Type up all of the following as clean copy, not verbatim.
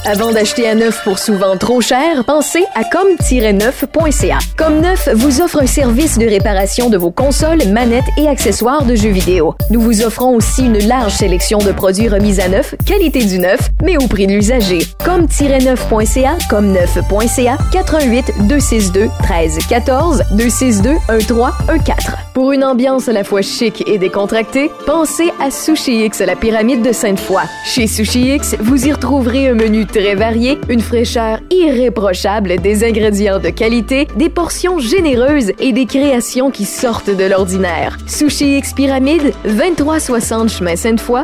Avant d'acheter à neuf pour souvent trop cher, pensez à com-neuf.ca. Com-neuf vous offre un service de réparation de vos consoles, manettes et accessoires de jeux vidéo. Nous vous offrons aussi une large sélection de produits remis à neuf, qualité du neuf, mais au prix de l'usager. com-neuf.ca, com-neuf.ca, 418-262-1314, 262-1314. Pour une ambiance à la fois chic et décontractée, pensez à Sushi X, la pyramide de Sainte-Foy. Chez Sushi X, vous y retrouverez un menu très varié, une fraîcheur irréprochable, des ingrédients de qualité, des portions généreuses et des créations qui sortent de l'ordinaire. Sushi X Pyramide, 2360 chemin Sainte-Foy,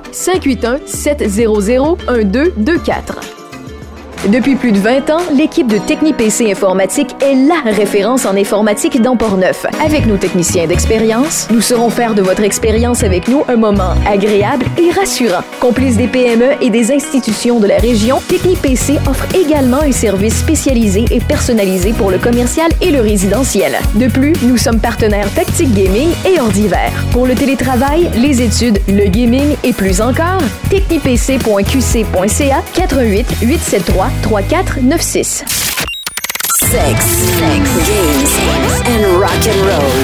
581-700-1224. Depuis plus de 20 ans, l'équipe de TechniPC Informatique est la référence en informatique dans Portneuf. Avec nos techniciens d'expérience, nous saurons faire de votre expérience avec nous un moment agréable et rassurant. Complice des PME et des institutions de la région, TechniPC offre également un service spécialisé et personnalisé pour le commercial et le résidentiel. De plus, nous sommes partenaires Tactique Gaming et Ordiver. Pour le télétravail, les études, le gaming et plus encore, technipc.qc.ca 418-873-3496. Sex, games and rock'n'roll.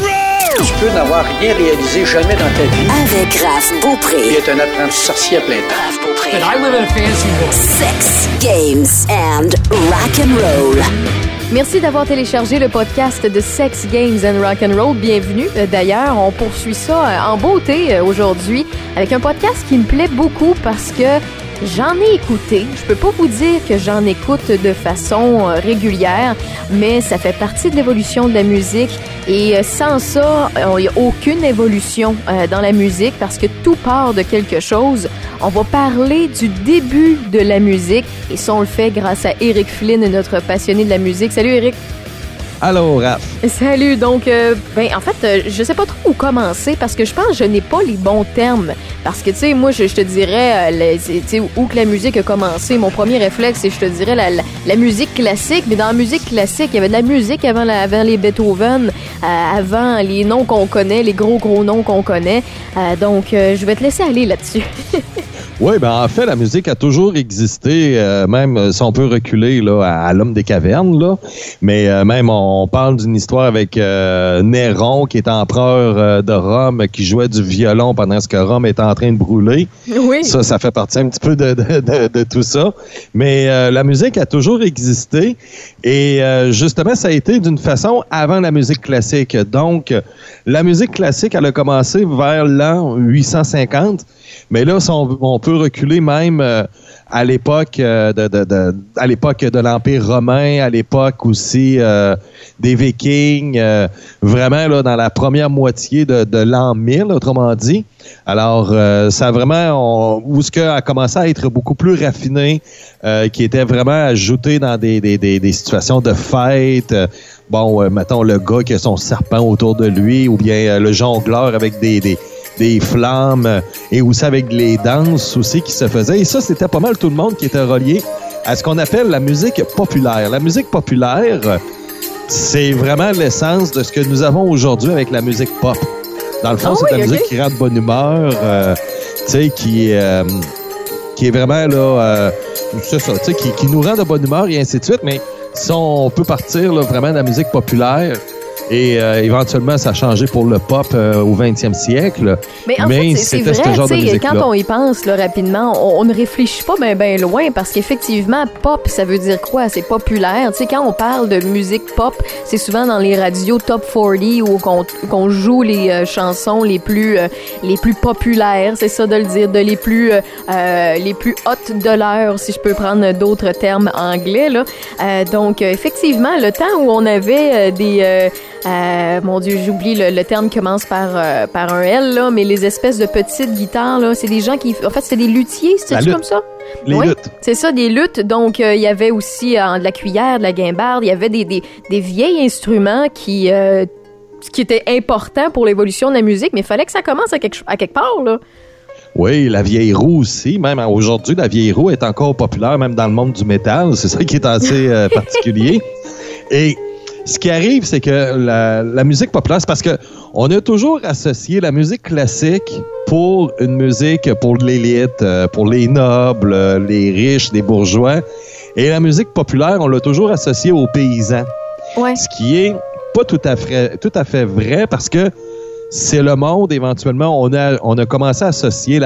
Tu peux n'avoir rien réalisé jamais dans ta vie. Avec Raph Beaupré. Il est un apprenti sorcier à plein temps. Raph Beaupré. And I live in a fantasy world. Sex, games and rock'n'roll. Merci d'avoir téléchargé le podcast de Sex, Games and Rock'n'Roll. Bienvenue. D'ailleurs, on poursuit ça en beauté aujourd'hui avec un podcast qui me plaît beaucoup parce que j'en ai écouté. Je peux pas vous dire que j'en écoute de façon régulière, mais ça fait partie de l'évolution de la musique. Et sans ça, il n'y a aucune évolution dans la musique parce que tout part de quelque chose. On va parler du début de la musique et ça, on le fait grâce à Eric Flynn, notre passionné de la musique. Salut Eric! Allô, Raph. Salut. Donc, en fait, je sais pas trop où commencer parce que je pense que je n'ai pas les bons termes. Parce que, tu sais, moi, je te dirais, tu sais, où que la musique a commencé. Mon premier réflexe, c'est, je te dirais, la musique classique. Mais dans la musique classique, il y avait de la musique avant les Beethoven, avant les noms qu'on connaît, les gros noms qu'on connaît. Donc, je vais te laisser aller là-dessus. Oui, ben en fait, la musique a toujours existé, même si on peut reculer là à l'homme des cavernes, là. Mais même on parle d'une histoire avec Néron, qui est empereur de Rome, qui jouait du violon pendant ce que Rome était en train de brûler. Oui. Ça fait partie un petit peu de tout ça. Mais la musique a toujours existé. Et justement, ça a été d'une façon avant la musique classique. Donc, la musique classique, elle a commencé vers l'an 850. Mais là, on peut reculer même à l'époque à l'époque de l'Empire romain, à l'époque aussi des Vikings, vraiment là dans la première moitié de l'an 1000, autrement dit. Alors, ça a vraiment où ce a commencé à être beaucoup plus raffiné, qui était vraiment ajouté dans des situations de fête. Mettons le gars qui a son serpent autour de lui, ou bien le jongleur avec des flammes, et aussi avec les danses aussi qui se faisaient. Et ça, c'était pas mal tout le monde qui était relié à ce qu'on appelle la musique populaire. La musique populaire, c'est vraiment l'essence de ce que nous avons aujourd'hui avec la musique pop. Dans le fond, c'est la musique qui rend de bonne humeur, tu sais, qui est vraiment là, c'est ça, tu sais, qui nous rend de bonne humeur et ainsi de suite. Mais si on peut partir là, vraiment de la musique populaire, et éventuellement, ça a changé pour le pop au 20e siècle. Mais en fait, c'est vrai, tu sais, quand on y pense là, rapidement, on ne réfléchit pas bien loin parce qu'effectivement, pop, ça veut dire quoi? C'est populaire. Tu sais, quand on parle de musique pop, c'est souvent dans les radios Top 40 où qu'on joue les chansons les plus populaires, c'est ça de le dire, de les plus hot de l'heure, si je peux prendre d'autres termes anglais, là. Donc, effectivement, le temps où on avait mon Dieu, j'oublie le terme qui commence par un L, là, mais les espèces de petites guitares, là, c'est des gens qui... En fait, c'est des luthiers, c'est-tu comme ça? Les luttes. C'est ça, des luttes. Donc, il y avait aussi de la cuillère, de la guimbarde, il y avait des vieils instruments qui étaient importants pour l'évolution de la musique, mais il fallait que ça commence à quelque part, là. Oui, la vieille roue aussi. Même aujourd'hui, la vieille roue est encore populaire, même dans le monde du métal. C'est ça qui est assez particulier. Et ce qui arrive, c'est que la musique populaire, c'est parce que on a toujours associé la musique classique pour une musique pour l'élite, pour les nobles, les riches, les bourgeois. Et la musique populaire, on l'a toujours associée aux paysans. Ouais. Ce qui est pas tout à fait vrai parce que c'est le monde, éventuellement, on a commencé à associer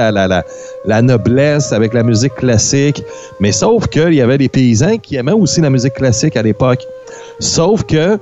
la noblesse avec la musique classique, mais sauf qu'il y avait des paysans qui aimaient aussi la musique classique à l'époque. Sauf que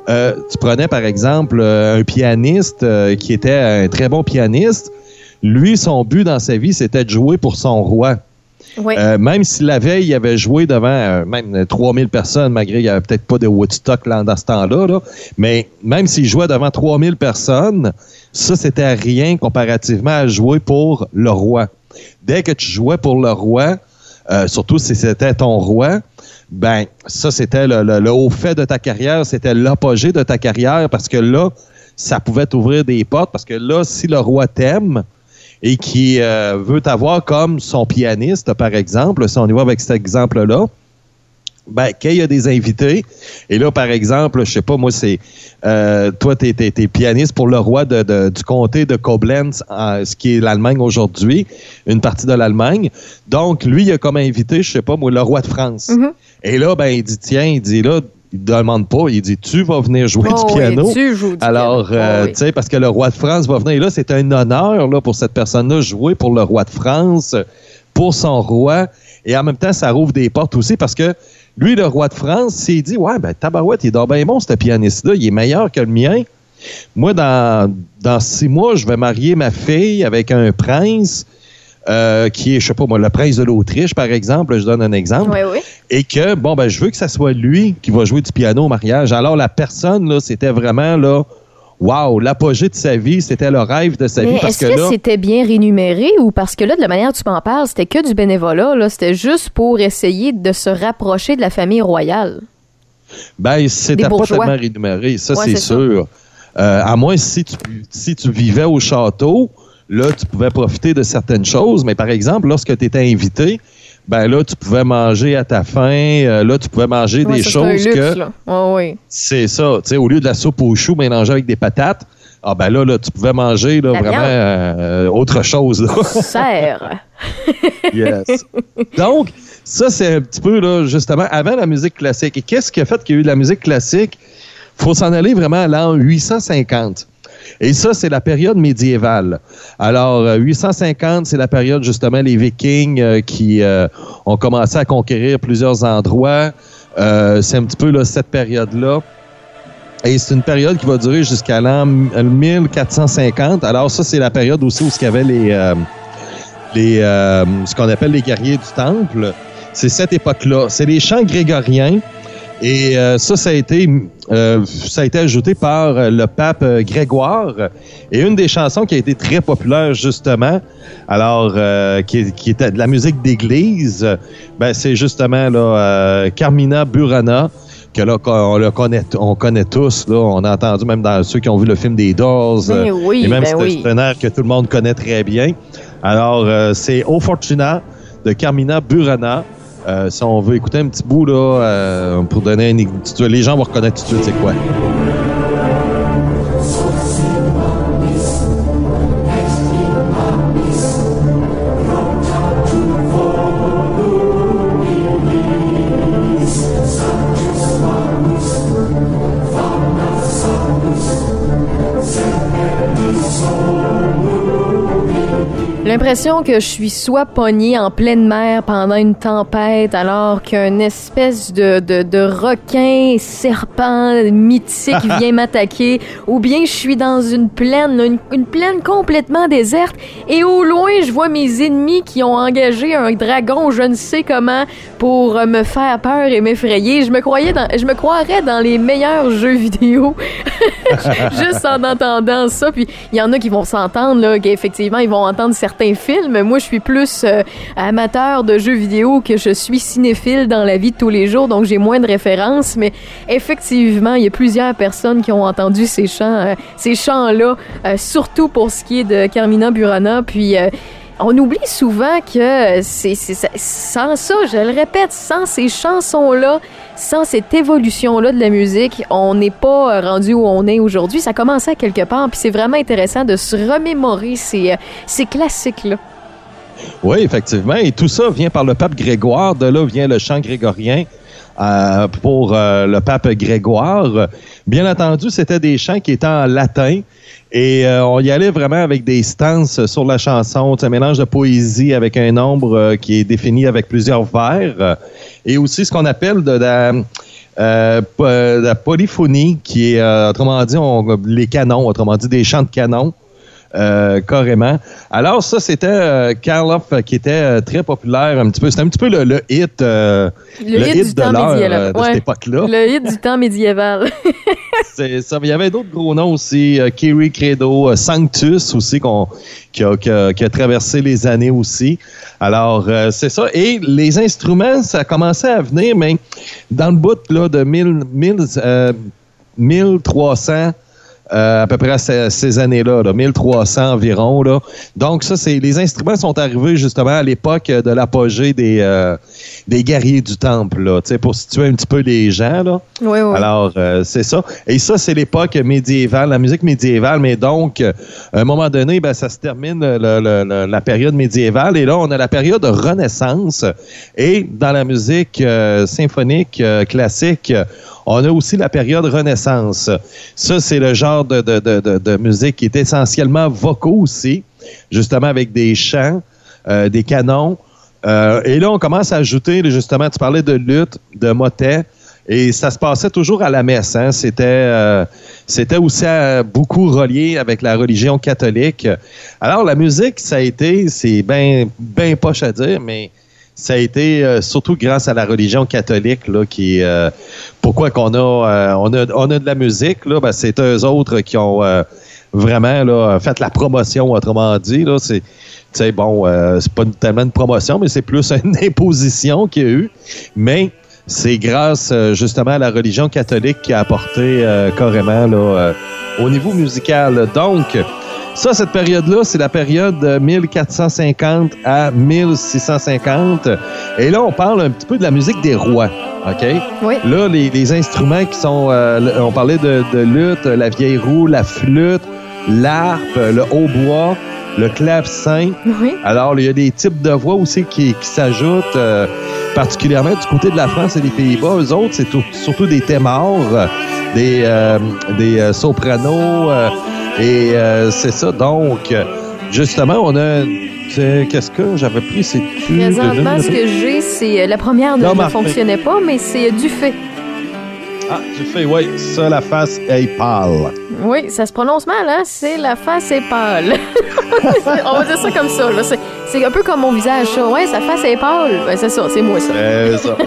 tu prenais, par exemple, un pianiste qui était un très bon pianiste, lui, son but dans sa vie, c'était de jouer pour son roi. Oui. Même si la veille, il avait joué devant même 3000 personnes, malgré qu'il n'y avait peut-être pas de Woodstock là, dans ce temps-là, là, mais même s'il jouait devant 3000 personnes, ça, c'était rien comparativement à jouer pour le roi. Dès que tu jouais pour le roi, surtout si c'était ton roi, ben ça, c'était le haut fait de ta carrière, c'était l'apogée de ta carrière, parce que là, ça pouvait t'ouvrir des portes, parce que là, si le roi t'aime, et qui veut t'avoir comme son pianiste, par exemple, si on y va avec cet exemple-là, ben, quand il y a des invités, et là, par exemple, je sais pas, moi, c'est toi, t'es pianiste pour le roi du comté de Koblenz, ce qui est l'Allemagne aujourd'hui, une partie de l'Allemagne. Donc, lui, il a comme invité, je sais pas, moi, le roi de France. Mm-hmm. Et là, ben, il dit là, il ne demande pas, il dit tu vas venir jouer du piano. Oui, tu joues du Alors, piano. tu sais, parce que le roi de France va venir. Et là, c'est un honneur là, pour cette personne-là, jouer pour le roi de France, pour son roi. Et en même temps, ça rouvre des portes aussi parce que lui, le roi de France, s'il dit ouais, ben, tabarouette, il est donc bien bon, ce pianiste-là, il est meilleur que le mien. Moi, dans 6 mois, je vais marier ma fille avec un prince. Qui est, je sais pas moi, le prince de l'Autriche, par exemple, je donne un exemple, oui. Et que, bon, ben, je veux que ça soit lui qui va jouer du piano au mariage. Alors, la personne, là, c'était vraiment, là, wow, l'apogée de sa vie, c'était le rêve de sa vie. Parce est-ce que c'était bien rémunéré ou parce que là, de la manière dont tu m'en parles, c'était que du bénévolat, là, c'était juste pour essayer de se rapprocher de la famille royale? Ben, c'était pas tellement rémunéré, ça, c'est sûr. À moins si tu vivais au château, là, tu pouvais profiter de certaines choses, mais par exemple, lorsque tu étais invité, ben là, tu pouvais manger à ta faim, là, tu pouvais manger des choses c'est un luxe, là. Oh, oui. C'est ça, tu sais, au lieu de la soupe aux choux mélangée avec des patates, ah ben là, tu pouvais manger là, vraiment autre chose. Là. Serre. Yes. Donc, ça, c'est un petit peu, là, justement, avant la musique classique. Et qu'est-ce qui a fait qu'il y a eu de la musique classique? Il faut s'en aller vraiment à l'an 850. Et ça, c'est la période médiévale. Alors, 850, c'est la période, justement, les Vikings qui ont commencé à conquérir plusieurs endroits. C'est un petit peu là, cette période-là. Et c'est une période qui va durer jusqu'à l'an 1450. Alors, ça, c'est la période aussi où il y avait ce qu'on appelle les guerriers du Temple. C'est cette époque-là. C'est les chants grégoriens. Et ça a été ajouté par le pape Grégoire. Et une des chansons qui a été très populaire, justement, alors qui était de la musique d'église, ben c'est justement là Carmina Burana, que là on connaît tous. Là, on a entendu même dans ceux qui ont vu le film des Doors. Oui, et même c'est un air que tout le monde connaît très bien. Alors c'est O Fortuna de Carmina Burana. Si on veut écouter un petit bout, là, pour donner les gens vont reconnaître tout de suite c'est quoi. L'impression que je suis soit pognée en pleine mer pendant une tempête alors qu'un espèce de requin serpent mythique vient m'attaquer, ou bien je suis dans une plaine, une plaine complètement déserte, et au loin je vois mes ennemis qui ont engagé un dragon, je ne sais comment, pour me faire peur et m'effrayer. Je me croirais dans les meilleurs jeux vidéo juste en entendant ça. Puis il y en a qui vont s'entendre là, qu'effectivement ils vont entendre certains films. Moi, je suis plus amateur de jeux vidéo que je suis cinéphile dans la vie de tous les jours, donc j'ai moins de références. Mais effectivement, il y a plusieurs personnes qui ont entendu ces chants-là, surtout pour ce qui est de Carmina Burana. Puis on oublie souvent que sans ça, je le répète, sans ces chansons-là, sans cette évolution-là de la musique, on n'est pas rendu où on est aujourd'hui. Ça commençait à quelque part, puis c'est vraiment intéressant de se remémorer ces classiques-là. Oui, effectivement. Et tout ça vient par le pape Grégoire. De là vient le chant grégorien pour le pape Grégoire. Bien entendu, c'était des chants qui étaient en latin. Et on y allait vraiment avec des stances sur la chanson, un mélange de poésie avec un nombre qui est défini avec plusieurs vers. Et aussi ce qu'on appelle de la polyphonie, qui est, autrement dit, les canons, autrement dit, des chants de canon. Carrément. Alors ça, c'était Karloff qui était très populaire un petit peu. C'était un petit peu le hit, le hit de l'heure de cette époque-là. Le hit du temps médiéval. C'est ça. Il y avait d'autres gros noms aussi. Kyrie Credo, Sanctus aussi qui a traversé les années aussi. Alors c'est ça. Et les instruments, ça commençait à venir, mais dans le bout là de 1300. À peu près à ces années-là, 1300 environ. Là. Donc, ça, les instruments sont arrivés justement à l'époque de l'apogée des guerriers du temple, là, pour situer un petit peu les gens. Là. Oui, oui. Alors, c'est ça. Et ça, c'est l'époque médiévale, la musique médiévale. Mais donc, à un moment donné, ça se termine la période médiévale. Et là, on a la période de Renaissance. Et dans la musique symphonique classique, on a aussi la période Renaissance. Ça, c'est le genre de musique qui est essentiellement vocaux aussi, justement avec des chants, des canons. Et là, on commence à ajouter, justement, tu parlais de luth, de motet, et ça se passait toujours à la messe. Hein? C'était aussi beaucoup relié avec la religion catholique. Alors, la musique, c'est bien poche à dire, mais ça a été surtout grâce à la religion catholique là qui pourquoi qu'on a on a de la musique là, c'est eux autres qui ont vraiment là fait la promotion, autrement dit là, c'est bon, c'est pas tellement une promotion, mais c'est plus une imposition qu'il y a eu, mais c'est grâce justement à la religion catholique qui a apporté carrément là au niveau musical. Donc ça, cette période-là, c'est la période de 1450 à 1650. Et là, on parle un petit peu de la musique des rois, OK? Oui. Là, les instruments qui sont... on parlait de luth, la vieille roue, la flûte, l'harpe, le hautbois, le clavecin. Oui. Alors, il y a des types de voix aussi qui s'ajoutent, particulièrement du côté de la France et des Pays-Bas. Eux autres, c'est surtout des ténors, des sopranos... Et c'est ça. Donc, justement, on a... Qu'est-ce que j'avais pris? C'est présentement, ce que j'ai, c'est... La première ne fonctionnait pas, mais c'est Dufay. Ah, Dufay, oui. Ça, la face est pâle. Oui, ça se prononce mal, hein? C'est la face est pâle. On va dire ça comme ça, là. C'est un peu comme mon visage, ça. Ouais, sa face est pâle. Ben, c'est ça, c'est moi, ça. C'est ça.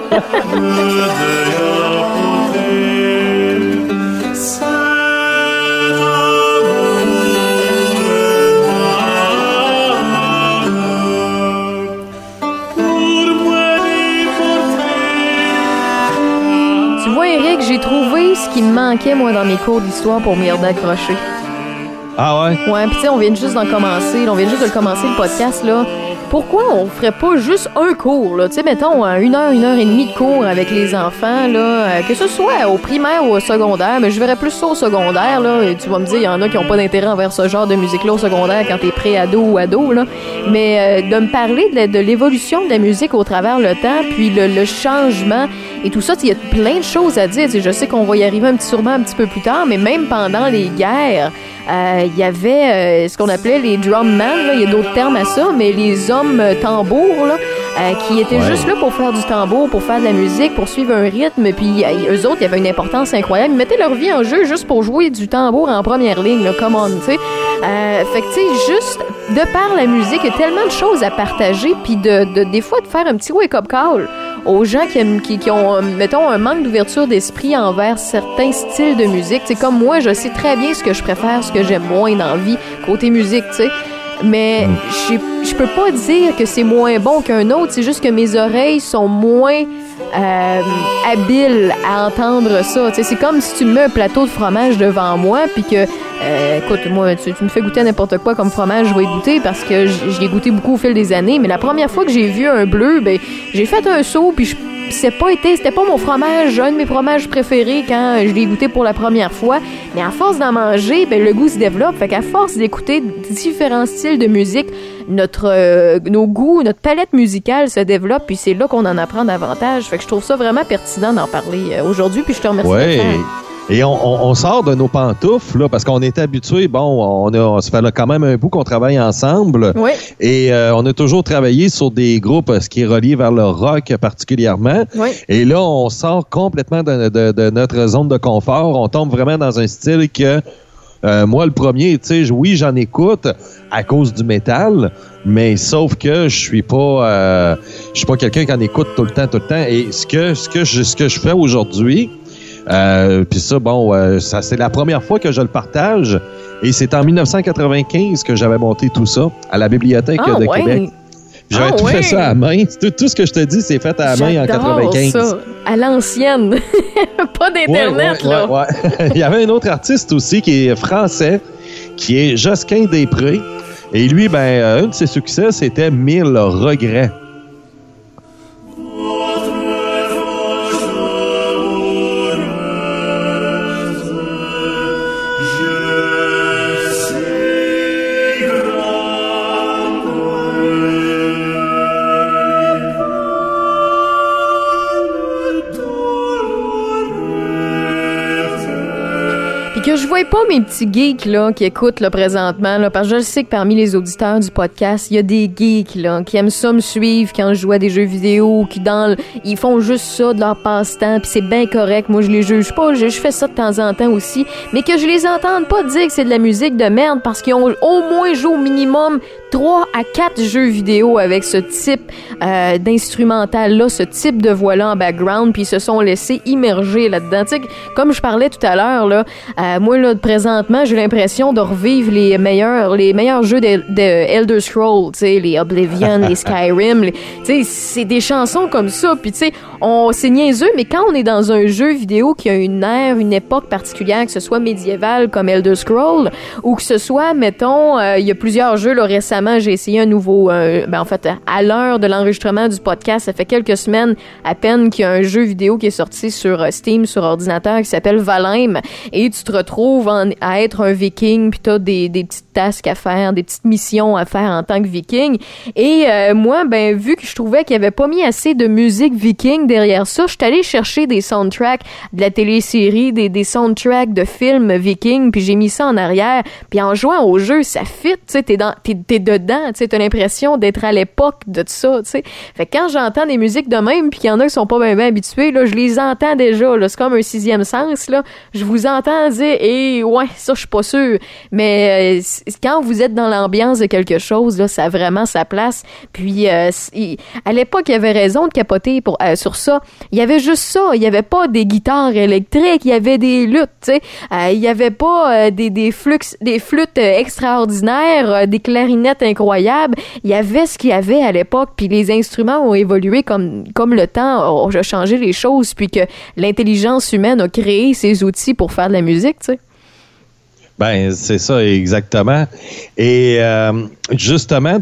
J'ai trouvé ce qui me manquait, moi, dans mes cours d'histoire pour m'y accrocher. Ah ouais? Ouais, puis tu sais, on vient juste d'en commencer. On vient juste de commencer le podcast, là. Pourquoi on ferait pas juste un cours, là? Tu sais, mettons, 1 heure et demie de cours avec les enfants, là, que ce soit au primaire ou au secondaire, mais je verrais plus ça au secondaire, là. Et tu vas me dire, il y en a qui n'ont pas d'intérêt envers ce genre de musique-là au secondaire quand t'es pré-ado ou ado, là. Mais de me parler de l'évolution de la musique au travers le temps, puis le changement et tout ça, il y a plein de choses à dire. Je sais qu'on va y arriver sûrement un petit peu plus tard, mais même pendant les guerres, il y avait ce qu'on appelait les drummen, il y a d'autres termes à ça, mais les hommes tambours, là, qui étaient juste là pour faire du tambour, pour faire de la musique, pour suivre un rythme, puis eux autres, il y avait une importance incroyable. Ils mettaient leur vie en jeu juste pour jouer du tambour en première ligne, là, come on, tu sais. Fait que, tu sais, juste de par la musique, il y a tellement de choses à partager, puis des fois, de faire un petit wake-up call aux gens qui ont, mettons, un manque d'ouverture d'esprit envers certains styles de musique. C'est comme moi, je sais très bien ce que je préfère, ce que j'aime moins dans la vie, côté musique, tu sais. Mais je peux pas dire que c'est moins bon qu'un autre, c'est juste que mes oreilles sont moins habiles à entendre ça. Tu sais, c'est comme si tu me mets un plateau de fromage devant moi puis que Écoute, moi, tu me fais goûter n'importe quoi comme fromage, je vais y goûter parce que j'y ai goûté beaucoup au fil des années. Mais la première fois que j'ai vu un bleu, ben, j'ai fait un saut, puis c'était pas mon fromage, un de mes fromages préférés quand je l'ai goûté pour la première fois. Mais à force d'en manger, ben, le goût se développe. Fait qu'à force d'écouter différents styles de musique, nos goûts, notre palette musicale se développe, puis c'est là qu'on en apprend davantage. Fait que je trouve ça vraiment pertinent d'en parler aujourd'hui, puis je te remercie de le faire. Et on sort de nos pantoufles, là, parce qu'on est habitués, ça fait quand même un bout qu'on travaille ensemble. Oui. Et on a toujours travaillé sur des groupes, ce qui est relié vers le rock particulièrement. Oui. Et là, on sort complètement de notre zone de confort. On tombe vraiment dans un style que, moi, le premier, tu sais, oui, j'en écoute à cause du métal, mais sauf que je suis pas quelqu'un qui en écoute tout le temps. Et ce que je fais aujourd'hui, puis ça, ça c'est la première fois que je le partage, et c'est en 1995 que j'avais monté tout ça à la Bibliothèque de Québec. J'avais tout fait ça à la main. Tout ce que je te dis, c'est fait à la main en 95. Ça. À l'ancienne. Pas d'Internet, là. Ouais. Il y avait un autre artiste aussi qui est français, qui est Josquin Després. Et lui, un de ses succès, c'était 1000 regrets. Que je vois pas mes petits geeks là qui écoutent là présentement là, parce que je sais que parmi les auditeurs du podcast, il y a des geeks là qui aiment ça me suivre quand je joue à des jeux vidéo, qui ils font juste ça de leur passe-temps, puis c'est bien correct. Moi je les juge pas, je fais ça de temps en temps aussi, mais que je les entende pas dire que c'est de la musique de merde parce qu'ils ont au moins joué au minimum 3 à 4 jeux vidéo avec ce type d'instrumental-là, ce type de voix-là en background, puis ils se sont laissés immerger là-dedans. Tu sais, comme je parlais tout à l'heure, là, moi, là, présentement, j'ai l'impression de revivre les meilleurs jeux de Elder Scrolls, tu sais, les Oblivion, les Skyrim, tu sais, c'est des chansons comme ça, puis tu sais, c'est niaiseux, mais quand on est dans un jeu vidéo qui a une ère, une époque particulière, que ce soit médiéval comme Elder Scrolls, ou que ce soit, mettons, il y a plusieurs jeux, là, récemment, j'ai essayé un nouveau, en fait, à l'heure de l'enregistrement du podcast, ça fait quelques semaines à peine qu'il y a un jeu vidéo qui est sorti sur Steam, sur ordinateur, qui s'appelle Valheim, et tu te retrouves à être un viking, puis t'as des petites tasks à faire, des petites missions à faire en tant que viking, et moi, vu que je trouvais qu'il n'y avait pas mis assez de musique viking derrière ça, je suis allée chercher des soundtracks de la télésérie, des soundtracks de films vikings, puis j'ai mis ça en arrière, puis en jouant au jeu, ça fit, tu sais, t'es dedans, tu sais, t'as l'impression d'être à l'époque de ça, tu sais. Fait que quand j'entends des musiques de même, puis qu'il y en a qui sont pas bien habitués, là, je les entends déjà, là, c'est comme un sixième sens, là, je vous entends dire, ouais, ça, je suis pas sûre, mais quand vous êtes dans l'ambiance de quelque chose, là, ça a vraiment sa place, puis à l'époque, il y avait raison de capoter sur ça, il y avait juste ça, il y avait pas des guitares électriques, il y avait des luttes, tu sais, il y avait pas des flûtes extraordinaires, des clarinettes incroyables, il y avait ce qu'il y avait à l'époque, puis les instruments ont évolué comme le temps a changé les choses, puis que l'intelligence humaine a créé ces outils pour faire de la musique, tu sais. C'est ça, exactement. Et justement,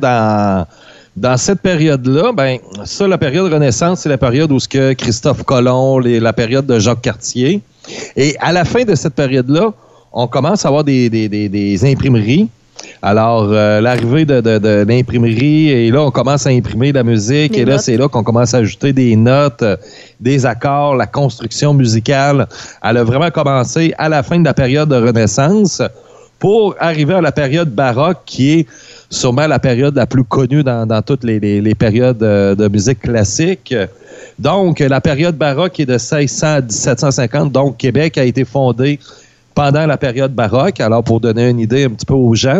dans cette période-là, ça, la période Renaissance, c'est la période où Christophe Colomb, la période de Jacques Cartier. Et à la fin de cette période-là, on commence à avoir des imprimeries. Alors, l'arrivée de l'imprimerie, et là, on commence à imprimer la musique, là, c'est là qu'on commence à ajouter des notes, des accords, la construction musicale. Elle a vraiment commencé à la fin de la période de Renaissance pour arriver à la période baroque, qui est sûrement la période la plus connue dans toutes les périodes de musique classique. Donc, la période baroque est de 1600 à 1750, donc Québec a été fondé pendant la période baroque, alors pour donner une idée un petit peu aux gens.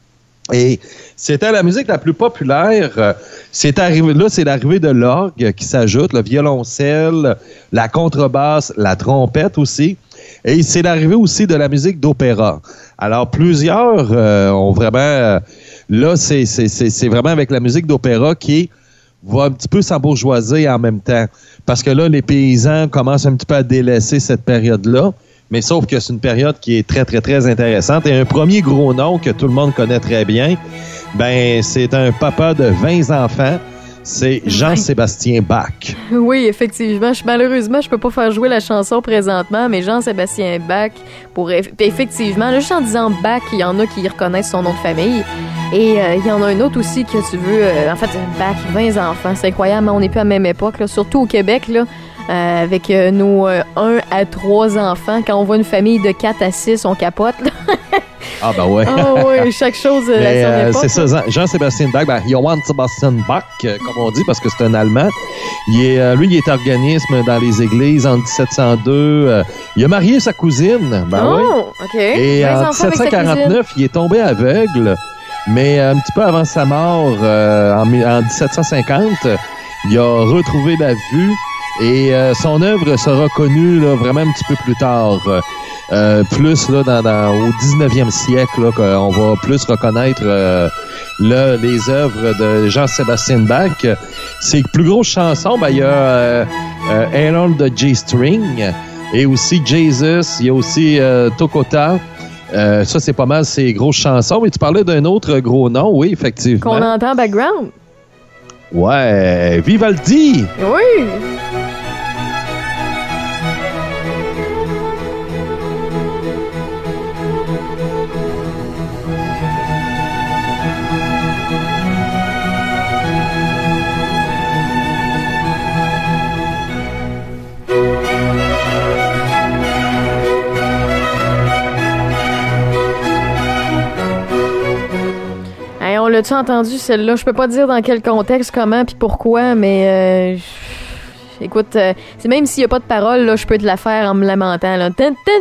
Et c'était la musique la plus populaire. C'est l'arrivée de l'orgue qui s'ajoute, le violoncelle, la contrebasse, la trompette aussi. Et c'est l'arrivée aussi de la musique d'opéra. Alors, plusieurs ont vraiment... là, c'est vraiment avec la musique d'opéra qui va un petit peu s'embourgeoiser en même temps. Parce que là, les paysans commencent un petit peu à délaisser cette période-là. mais sauf que c'est une période qui est très, très, très intéressante. Et un premier gros nom que tout le monde connaît très bien, ben c'est un papa de 20 enfants. C'est Jean-Sébastien Bach. Oui, effectivement. Malheureusement, je peux pas faire jouer la chanson présentement, mais Jean-Sébastien Bach, effectivement, là, juste en disant Bach, il y en a qui reconnaissent son nom de famille. Et il y en a un autre aussi que tu veux... en fait, Bach, 20 enfants, c'est incroyable. On n'est plus à la même époque, là, surtout au Québec, là. Avec nos 1 à 3 enfants. Quand on voit une famille de 4 à 6, on capote. Ah ben ouais. Oh oui, chaque chose à son époque. C'est ça, Jean-Sébastien Bach, Johann Sebastian Bach, comme on dit, parce que c'est un Allemand. Lui, il est organisme dans les églises en 1702. Il a marié sa cousine. OK. Et en 1749, il est tombé aveugle. Mais un petit peu avant sa mort, en 1750, il a retrouvé la vue. Et son œuvre sera connue là, vraiment un petit peu plus tard. Plus là, au 19e siècle, là, qu'on va plus reconnaître les œuvres de Jean-Sébastien Bach. Ses plus grosses chansons, il y a Harold the G-String et aussi Jesus, il y a aussi Tokota. Ça, c'est pas mal ses grosses chansons. Mais tu parlais d'un autre gros nom, oui, effectivement. Qu'on entend en background. Ouais, Vivaldi! Oui! On l'a-tu entendu, celle-là? Je peux pas dire dans quel contexte, comment puis pourquoi, mais écoute, c'est même s'il y a pas de parole, là, je peux te la faire en me lamentant. Là.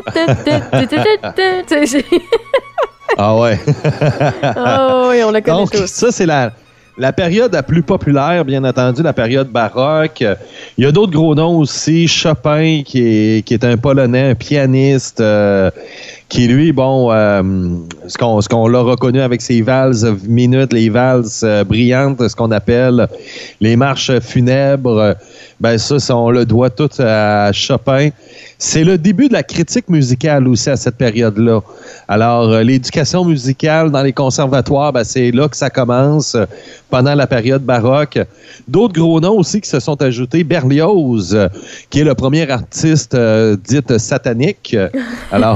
Ah ouais. Oh oui, on la connaît tous. Ça, c'est la période la plus populaire, bien entendu, la période baroque. Il y a d'autres gros noms aussi. Chopin, qui est un Polonais, un pianiste, qui lui, ce qu'on l'a reconnu avec ses valses minutes, les valses brillantes, ce qu'on appelle les marches funèbres. Ça, on le doit tout à Chopin. C'est le début de la critique musicale aussi à cette période-là. Alors, l'éducation musicale dans les conservatoires, c'est là que ça commence, pendant la période baroque. D'autres gros noms aussi qui se sont ajoutés. Berlioz, qui est le premier artiste dite satanique. Alors,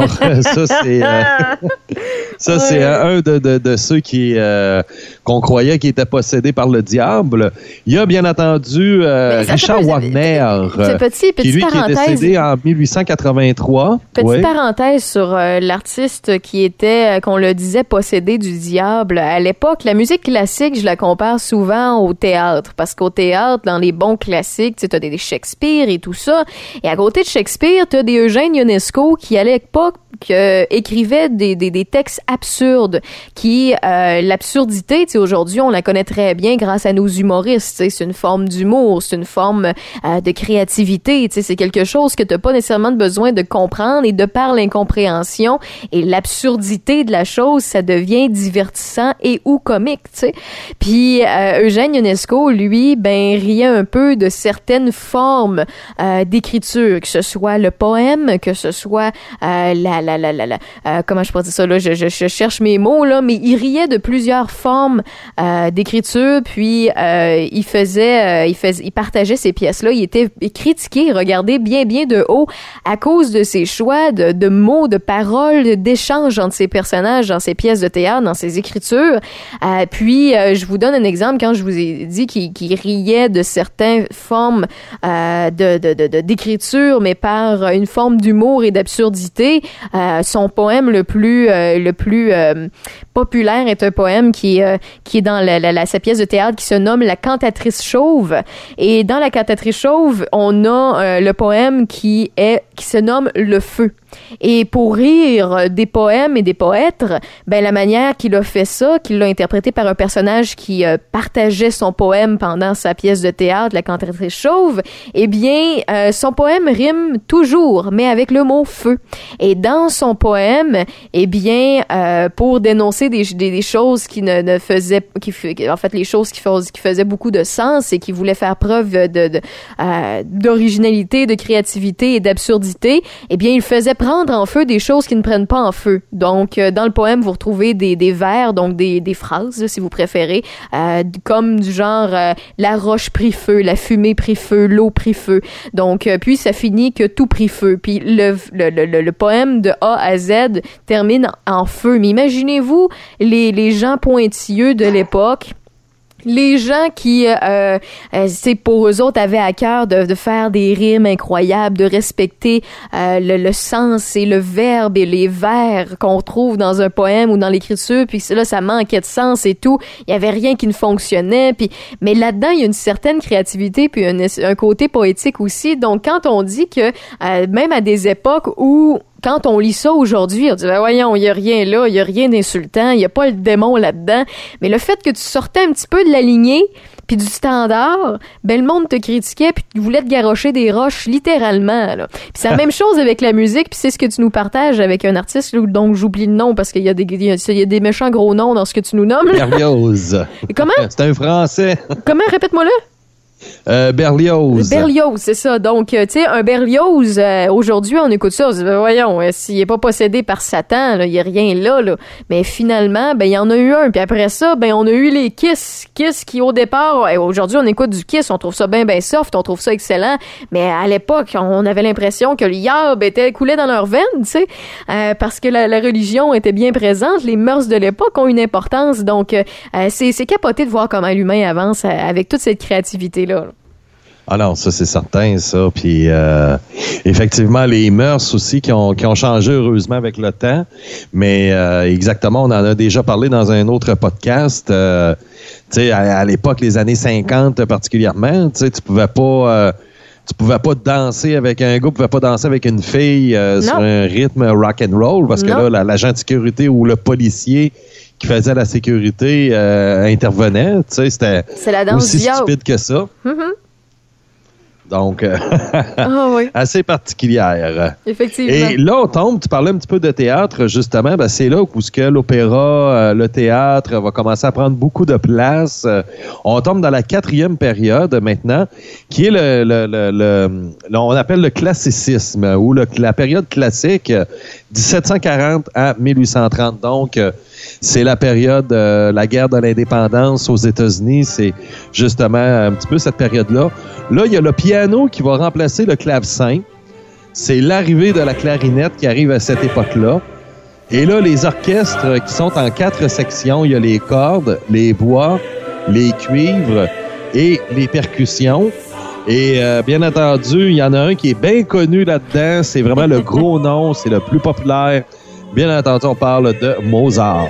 ça, c'est un de ceux qu'on croyait qui était possédé par le diable. Il y a bien entendu Richard Wagner, qui lui qui est décédé en 1883. Petite parenthèse sur l'artiste qui était, qu'on le disait, possédé du diable. À l'époque, la musique classique, je la compare souvent au théâtre, parce qu'au théâtre, dans les bons classiques, tu as des Shakespeare et tout ça, et à côté de Shakespeare, tu as des Eugène Ionesco qui, à l'époque, écrivait des textes absurdes qui l'absurdité, tu sais, aujourd'hui on la connaît très bien grâce à nos humoristes, tu sais, c'est une forme d'humour, c'est une forme de créativité, tu sais, c'est quelque chose que t'as pas nécessairement besoin de comprendre, et de par l'incompréhension et l'absurdité de la chose, ça devient divertissant et ou comique, tu sais. Puis Eugène Ionesco, lui, riait un peu de certaines formes d'écriture, que ce soit le poème, que ce soit comment je pourrais dire ça là, je cherche mes mots là, mais il riait de plusieurs formes d'écriture, puis il partageait ces pièces là, il était critiqué, regardé bien de haut à cause de ses choix de mots, de paroles, d'échanges entre ses personnages dans ses pièces de théâtre, dans ses écritures. Puis je vous donne un exemple, quand je vous ai dit qu'il riait de certaines formes d'écriture, mais par une forme d'humour et d'absurdité. Son poème le plus populaire est un poème qui est dans sa pièce de théâtre qui se nomme La Cantatrice Chauve. Et dans La Cantatrice Chauve, on a le poème qui se nomme Le Feu. Et pour rire des poèmes et des poètes, la manière qu'il a fait ça, qu'il l'a interprété par un personnage qui partageait son poème pendant sa pièce de théâtre, La Cantatrice Chauve, son poème rime toujours, mais avec le mot feu. Et dans dans son poème, eh bien, pour dénoncer des choses qui ne faisaient, en fait, les choses qui faisaient beaucoup de sens et qui voulaient faire preuve d'originalité, de créativité et d'absurdité, eh bien, il faisait prendre en feu des choses qui ne prennent pas en feu. Donc, dans le poème, vous retrouvez des vers, donc des phrases, là, si vous préférez, comme du genre la roche prit feu, la fumée prit feu, l'eau prit feu. Donc, puis ça finit que tout prit feu. Puis le poème de A à Z termine en feu. Mais imaginez-vous les gens pointilleux de l'époque, les gens qui, c'est pour eux autres, avaient à cœur de faire des rimes incroyables, de respecter le sens et le verbe et les vers qu'on trouve dans un poème ou dans l'écriture, puis là, ça manquait de sens et tout. Il y avait rien qui ne fonctionnait, puis mais là-dedans, il y a une certaine créativité puis un côté poétique aussi. Donc, quand on dit que même à des époques où quand on lit ça aujourd'hui, on dit ben voyons, il y a rien là, il y a rien d'insultant, il y a pas le démon là-dedans. Mais le fait que tu sortais un petit peu de la lignée puis du standard, ben le monde te critiquait puis voulait te garrocher des roches littéralement là. Puis c'est la même chose avec la musique, puis c'est ce que tu nous partages avec un artiste dont j'oublie le nom parce qu'il y a des méchants gros noms dans ce que tu nous nommes. Berlioz. Comment? C'est un Français. Comment? Répète-moi-le. Berlioz. Berlioz, c'est ça. Donc, tu sais, un Berlioz, aujourd'hui, on écoute ça, on se dit, voyons, s'il est pas possédé par Satan, il y a rien là. Mais finalement, ben, il y en a eu un. Puis après ça, ben, on a eu les Kiss. Kiss qui, au départ, aujourd'hui, on écoute du Kiss, on trouve ça bien soft, on trouve ça excellent. Mais à l'époque, on avait l'impression que le yarb coulait dans leurs veines, tu sais, parce que la religion était bien présente. Les mœurs de l'époque ont une importance. Donc, c'est capoté de voir comment l'humain avance avec toute cette créativité-là. Ah non, ça c'est certain, ça. Puis effectivement, les mœurs aussi qui ont changé heureusement avec le temps. Mais exactement, on en a déjà parlé dans un autre podcast. Tu sais, à l'époque, les années 50 particulièrement, tu sais, tu pouvais pas danser avec un gars, tu pouvais pas danser avec une fille sur un rythme rock and roll parce que là, l'agent de sécurité ou le policier qui faisait la sécurité intervenait. Tu sais, c'était aussi stupide que ça. Mm-hmm. Donc, assez particulière. Effectivement. Et là, on tombe, tu parlais un petit peu de théâtre, justement, ben, c'est là où l'opéra, le théâtre va commencer à prendre beaucoup de place. On tombe dans la 4e période maintenant, qui est on appelle le classicisme, ou la période classique, 1740 à 1830. Donc, c'est la période, la guerre de l'indépendance aux États-Unis. C'est justement un petit peu cette période-là. Là, il y a le piano qui va remplacer le clavecin. C'est l'arrivée de la clarinette qui arrive à cette époque-là. Et là, les orchestres qui sont en 4 sections, il y a les cordes, les bois, les cuivres et les percussions. Et bien entendu, il y en a un qui est bien connu là-dedans. C'est vraiment le gros nom, c'est le plus populaire. Bien entendu, on parle de Mozart.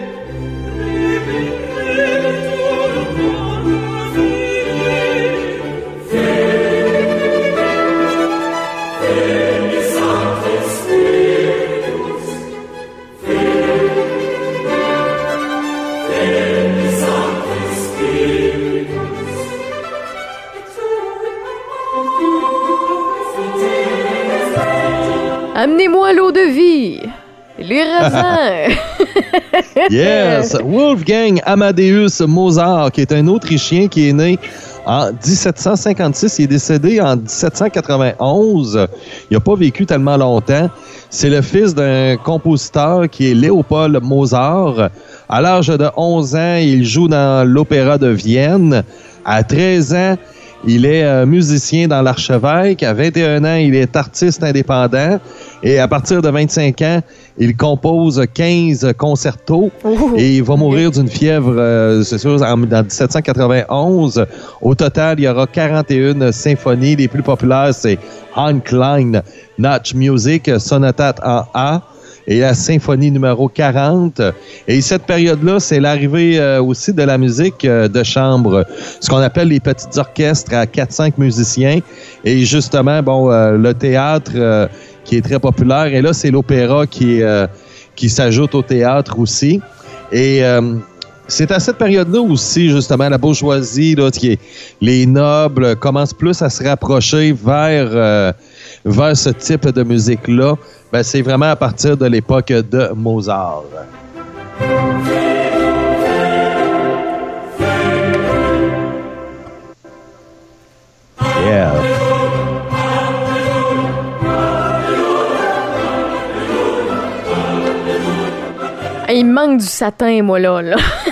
Amenez-moi l'eau de vie, les raisins. Yes, Wolfgang Amadeus Mozart, qui est un Autrichien qui est né en 1756, il est décédé en 1791. Il n'a pas vécu tellement longtemps. C'est le fils d'un compositeur qui est Léopold Mozart. À l'âge de 11 ans, il joue dans l'Opéra de Vienne. À 13 ans, il est musicien dans l'Archevêque. À 21 ans, il est artiste indépendant. Et à partir de 25 ans, il compose 15 concertos. Et il va mourir d'une fièvre, c'est sûr, dans 1791. Au total, il y aura 41 symphonies. Les plus populaires, c'est Ein Klein Nacht Music, Sonatate en A. Et la symphonie numéro 40. Et cette période-là, c'est l'arrivée aussi de la musique de chambre, ce qu'on appelle les petits orchestres à 4-5 musiciens. Et justement, le théâtre qui est très populaire. Et là, c'est l'opéra qui s'ajoute au théâtre aussi. Et c'est à cette période-là aussi, justement, la bourgeoisie, là, les nobles commencent plus à se rapprocher vers ce type de musique-là. Ben, c'est vraiment à partir de l'époque de Mozart. Yeah. Il me manque du satin, moi, là.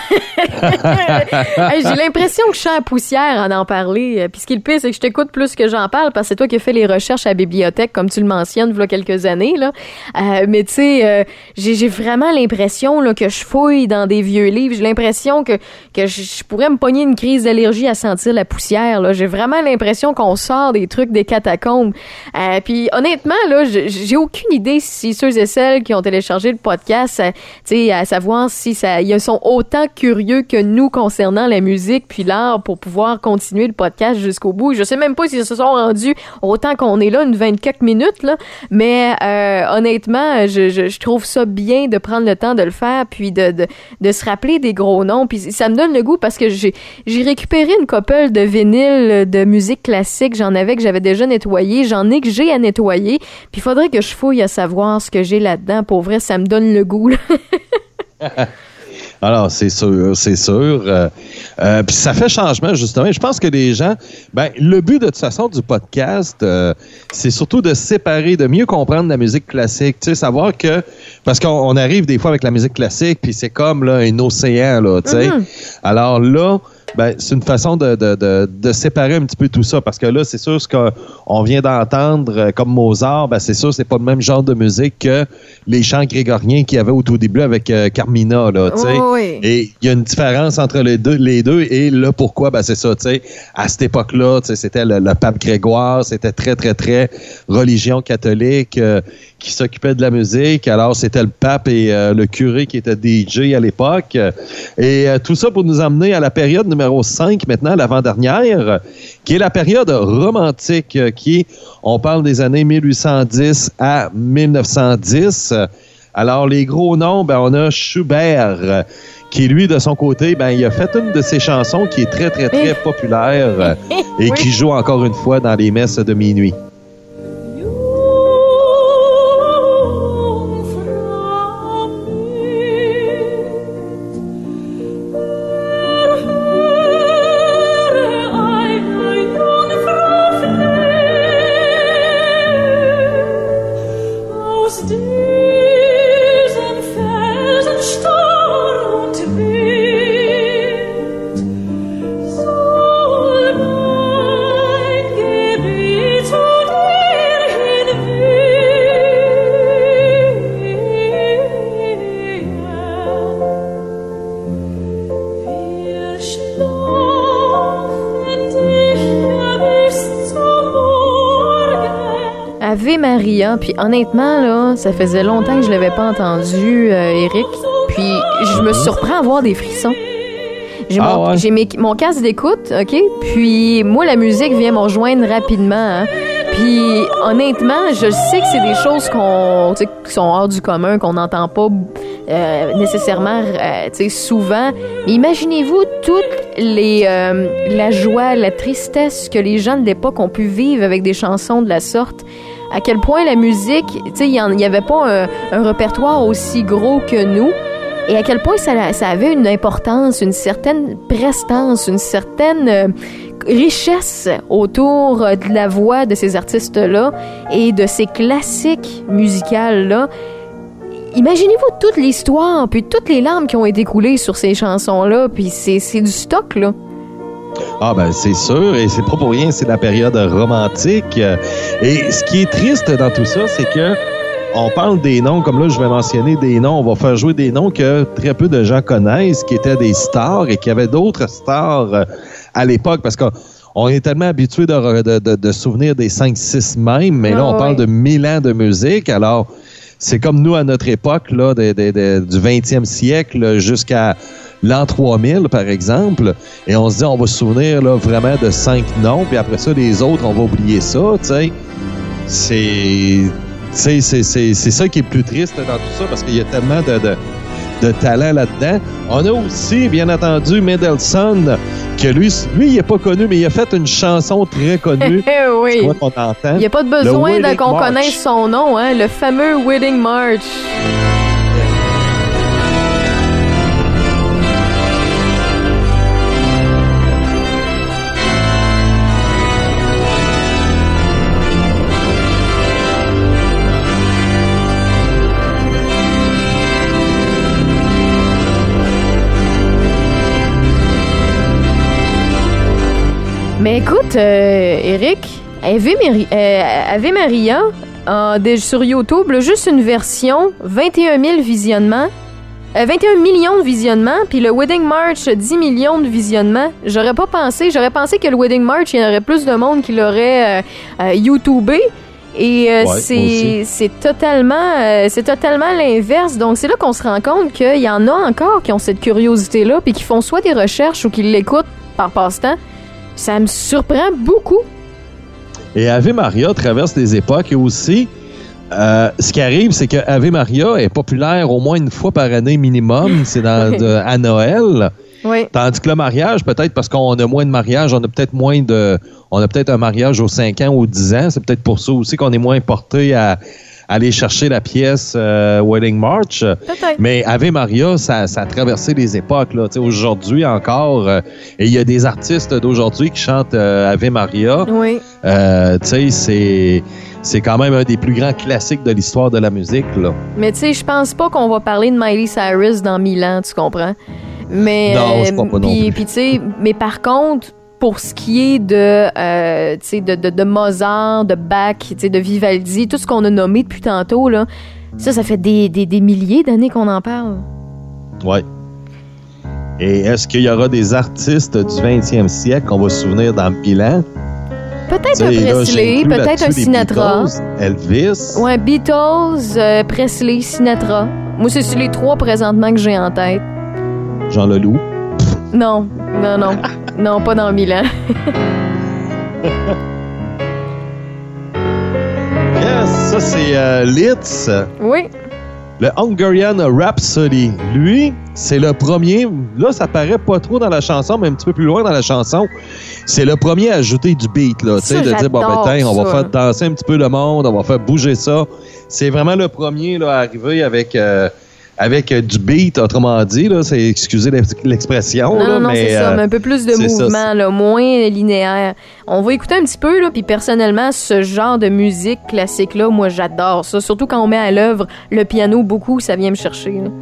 Hey, j'ai l'impression que je suis en poussière en parler. Puis ce qui est le pire, c'est que je t'écoute plus que j'en parle parce que c'est toi qui as fait les recherches à la bibliothèque, comme tu le mentionnes, il y a quelques années, là. Mais tu sais, j'ai vraiment l'impression là, que je fouille dans des vieux livres. J'ai l'impression que je pourrais me pogner une crise d'allergie à sentir la poussière, là. J'ai vraiment l'impression qu'on sort des trucs des catacombes. Puis honnêtement, là, j'ai aucune idée si ceux et celles qui ont téléchargé le podcast, tu sais, à savoir si ils sont autant curieux que nous concernant la musique puis l'art pour pouvoir continuer le podcast jusqu'au bout. Je sais même pas s'ils se sont rendus autant qu'on est là, une 24 minutes, là. Mais honnêtement, je trouve ça bien de prendre le temps de le faire puis de se rappeler des gros noms. Puis ça me donne le goût parce que j'ai récupéré une couple de vinyles de musique classique. J'en avais que j'avais déjà nettoyé. J'en ai que j'ai à nettoyer. Puis il faudrait que je fouille à savoir ce que j'ai là-dedans. Pour vrai, ça me donne le goût, là. Alors, c'est sûr. Puis ça fait changement, justement. Je pense que les gens... le but, de toute façon, du podcast, c'est surtout de séparer, de mieux comprendre la musique classique. Tu sais, savoir que... Parce qu'on arrive des fois avec la musique classique, puis c'est comme là, un océan, là, tu sais. Mm-hmm. Alors là... c'est une façon de séparer un petit peu tout ça, parce que là, c'est sûr, ce qu'on vient d'entendre comme Mozart, c'est sûr, c'est pas le même genre de musique que les chants grégoriens qu'il y avait au tout début avec Carmina, là, tu sais. Oh, oui. Et il y a une différence entre les deux, et là, pourquoi? C'est ça, tu sais. À cette époque-là, tu sais, c'était le pape Grégoire, c'était très, très, très religion catholique, qui s'occupait de la musique. Alors, c'était le pape et le curé qui était DJ à l'époque. Et tout ça pour nous emmener à la période numéro 5, maintenant, l'avant-dernière, qui est la période romantique, on parle des années 1810 à 1910. Alors, les gros noms, on a Schubert, qui, lui, de son côté, il a fait une de ses chansons qui est très, très, très populaire et qui joue encore une fois dans les messes de minuit. Ave Maria, puis honnêtement, là, ça faisait longtemps que je l'avais pas entendu, Eric, puis je me surprends à avoir des frissons. J'ai mon casque d'écoute, OK? Puis moi, la musique vient me rejoindre rapidement, hein? Puis honnêtement, je sais que c'est des choses qui sont hors du commun, qu'on n'entend pas nécessairement souvent. Mais imaginez-vous toute la joie, la tristesse que les gens de l'époque ont pu vivre avec des chansons de la sorte. À quel point la musique, il n'y avait pas un répertoire aussi gros que nous. Et à quel point ça avait une importance, une certaine prestance, une certaine richesse autour de la voix de ces artistes-là et de ces classiques musicales-là. Imaginez-vous toute l'histoire, puis toutes les larmes qui ont été coulées sur ces chansons-là, puis c'est du stock, là. C'est sûr, et c'est pas pour rien, c'est la période romantique. Et ce qui est triste dans tout ça, c'est que on parle des noms, comme là, je vais mentionner des noms, on va faire jouer des noms que très peu de gens connaissent, qui étaient des stars et qui avaient d'autres stars à l'époque, parce qu'on est tellement habitué de souvenir des 5-6 mêmes, mais là, on parle de 1000 ans de musique, alors c'est comme nous à notre époque, là, du 20e siècle jusqu'à l'an 3000, par exemple, et on se dit, on va se souvenir là, vraiment de 5 noms, puis après ça, les autres, on va oublier ça, tu sais. C'est ça qui est plus triste dans tout ça, parce qu'il y a tellement de talent là-dedans. On a aussi, bien entendu, Mendelssohn, que lui, il n'est pas connu, mais il a fait une chanson très connue. Oui. C'est quoi qu'on entend? Il n'y a pas de besoin qu'on connaisse son nom, hein? Le fameux Wedding March. Mais écoute, Eric, Ave Maria, sur YouTube, là, juste une version, 21 000 visionnements, 21 millions de visionnements, puis le Wedding March, 10 millions de visionnements. J'aurais pensé que le Wedding March, il y aurait plus de monde qui l'aurait YouTubé. Et c'est totalement l'inverse. Donc, c'est là qu'on se rend compte qu'il y en a encore qui ont cette curiosité-là, puis qui font soit des recherches ou qui l'écoutent par passe-temps. Ça me surprend beaucoup. Et Ave Maria traverse des époques et aussi, ce qui arrive, c'est que Ave Maria est populaire au moins une fois par année minimum. C'est à Noël. Oui. Tandis que le mariage, peut-être parce qu'on a moins de mariages, on a peut-être un mariage aux 5 ans ou 10 ans. C'est peut-être pour ça aussi qu'on est moins porté à aller chercher la pièce Wedding March. Peut-être. Mais Ave Maria, ça a traversé les époques. Là. Aujourd'hui encore, et il y a des artistes d'aujourd'hui qui chantent Ave Maria. Oui. C'est quand même un des plus grands classiques de l'histoire de la musique. Là. Mais tu sais, je pense pas qu'on va parler de Miley Cyrus dans 1000 ans, tu comprends? Mais, non, je crois pas non plus. Puis tu sais, mais par contre, pour ce qui est de Mozart, de Bach, de Vivaldi, tout ce qu'on a nommé depuis tantôt, là, ça fait des milliers d'années qu'on en parle. Oui. Et est-ce qu'il y aura des artistes du 20e siècle qu'on va se souvenir dans 1000 ans? Peut-être un Presley, peut-être un Sinatra. Beatles, Elvis. Ouais, Beatles, Presley, Sinatra. Moi, c'est les 3 présentement que j'ai en tête. Jean Leloup. Non. Non, pas dans 1000 ans. Yes, ça c'est Litz. Oui. Le Hungarian Rhapsody. Lui, c'est le premier. Là, ça paraît pas trop dans la chanson, mais un petit peu plus loin dans la chanson. C'est le premier à ajouter du beat, là. Tu sais, de dire, bon, ben, on va faire danser un petit peu le monde, on va faire bouger ça. C'est vraiment le premier, là, à arriver avec du beat, autrement dit, là, c'est, excusez l'expression. Non, mais, c'est ça, mais un peu plus de mouvement, là, moins linéaire. On va écouter un petit peu, là, puis personnellement, ce genre de musique classique-là, moi, j'adore ça. Surtout quand on met à l'œuvre le piano beaucoup, ça vient me chercher, là.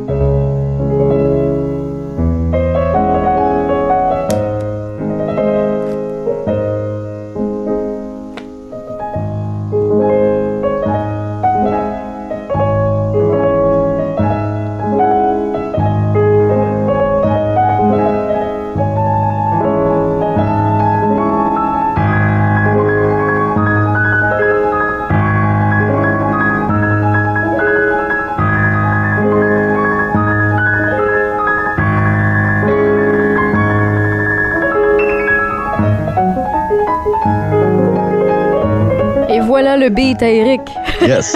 Voilà le beat à Eric. Yes.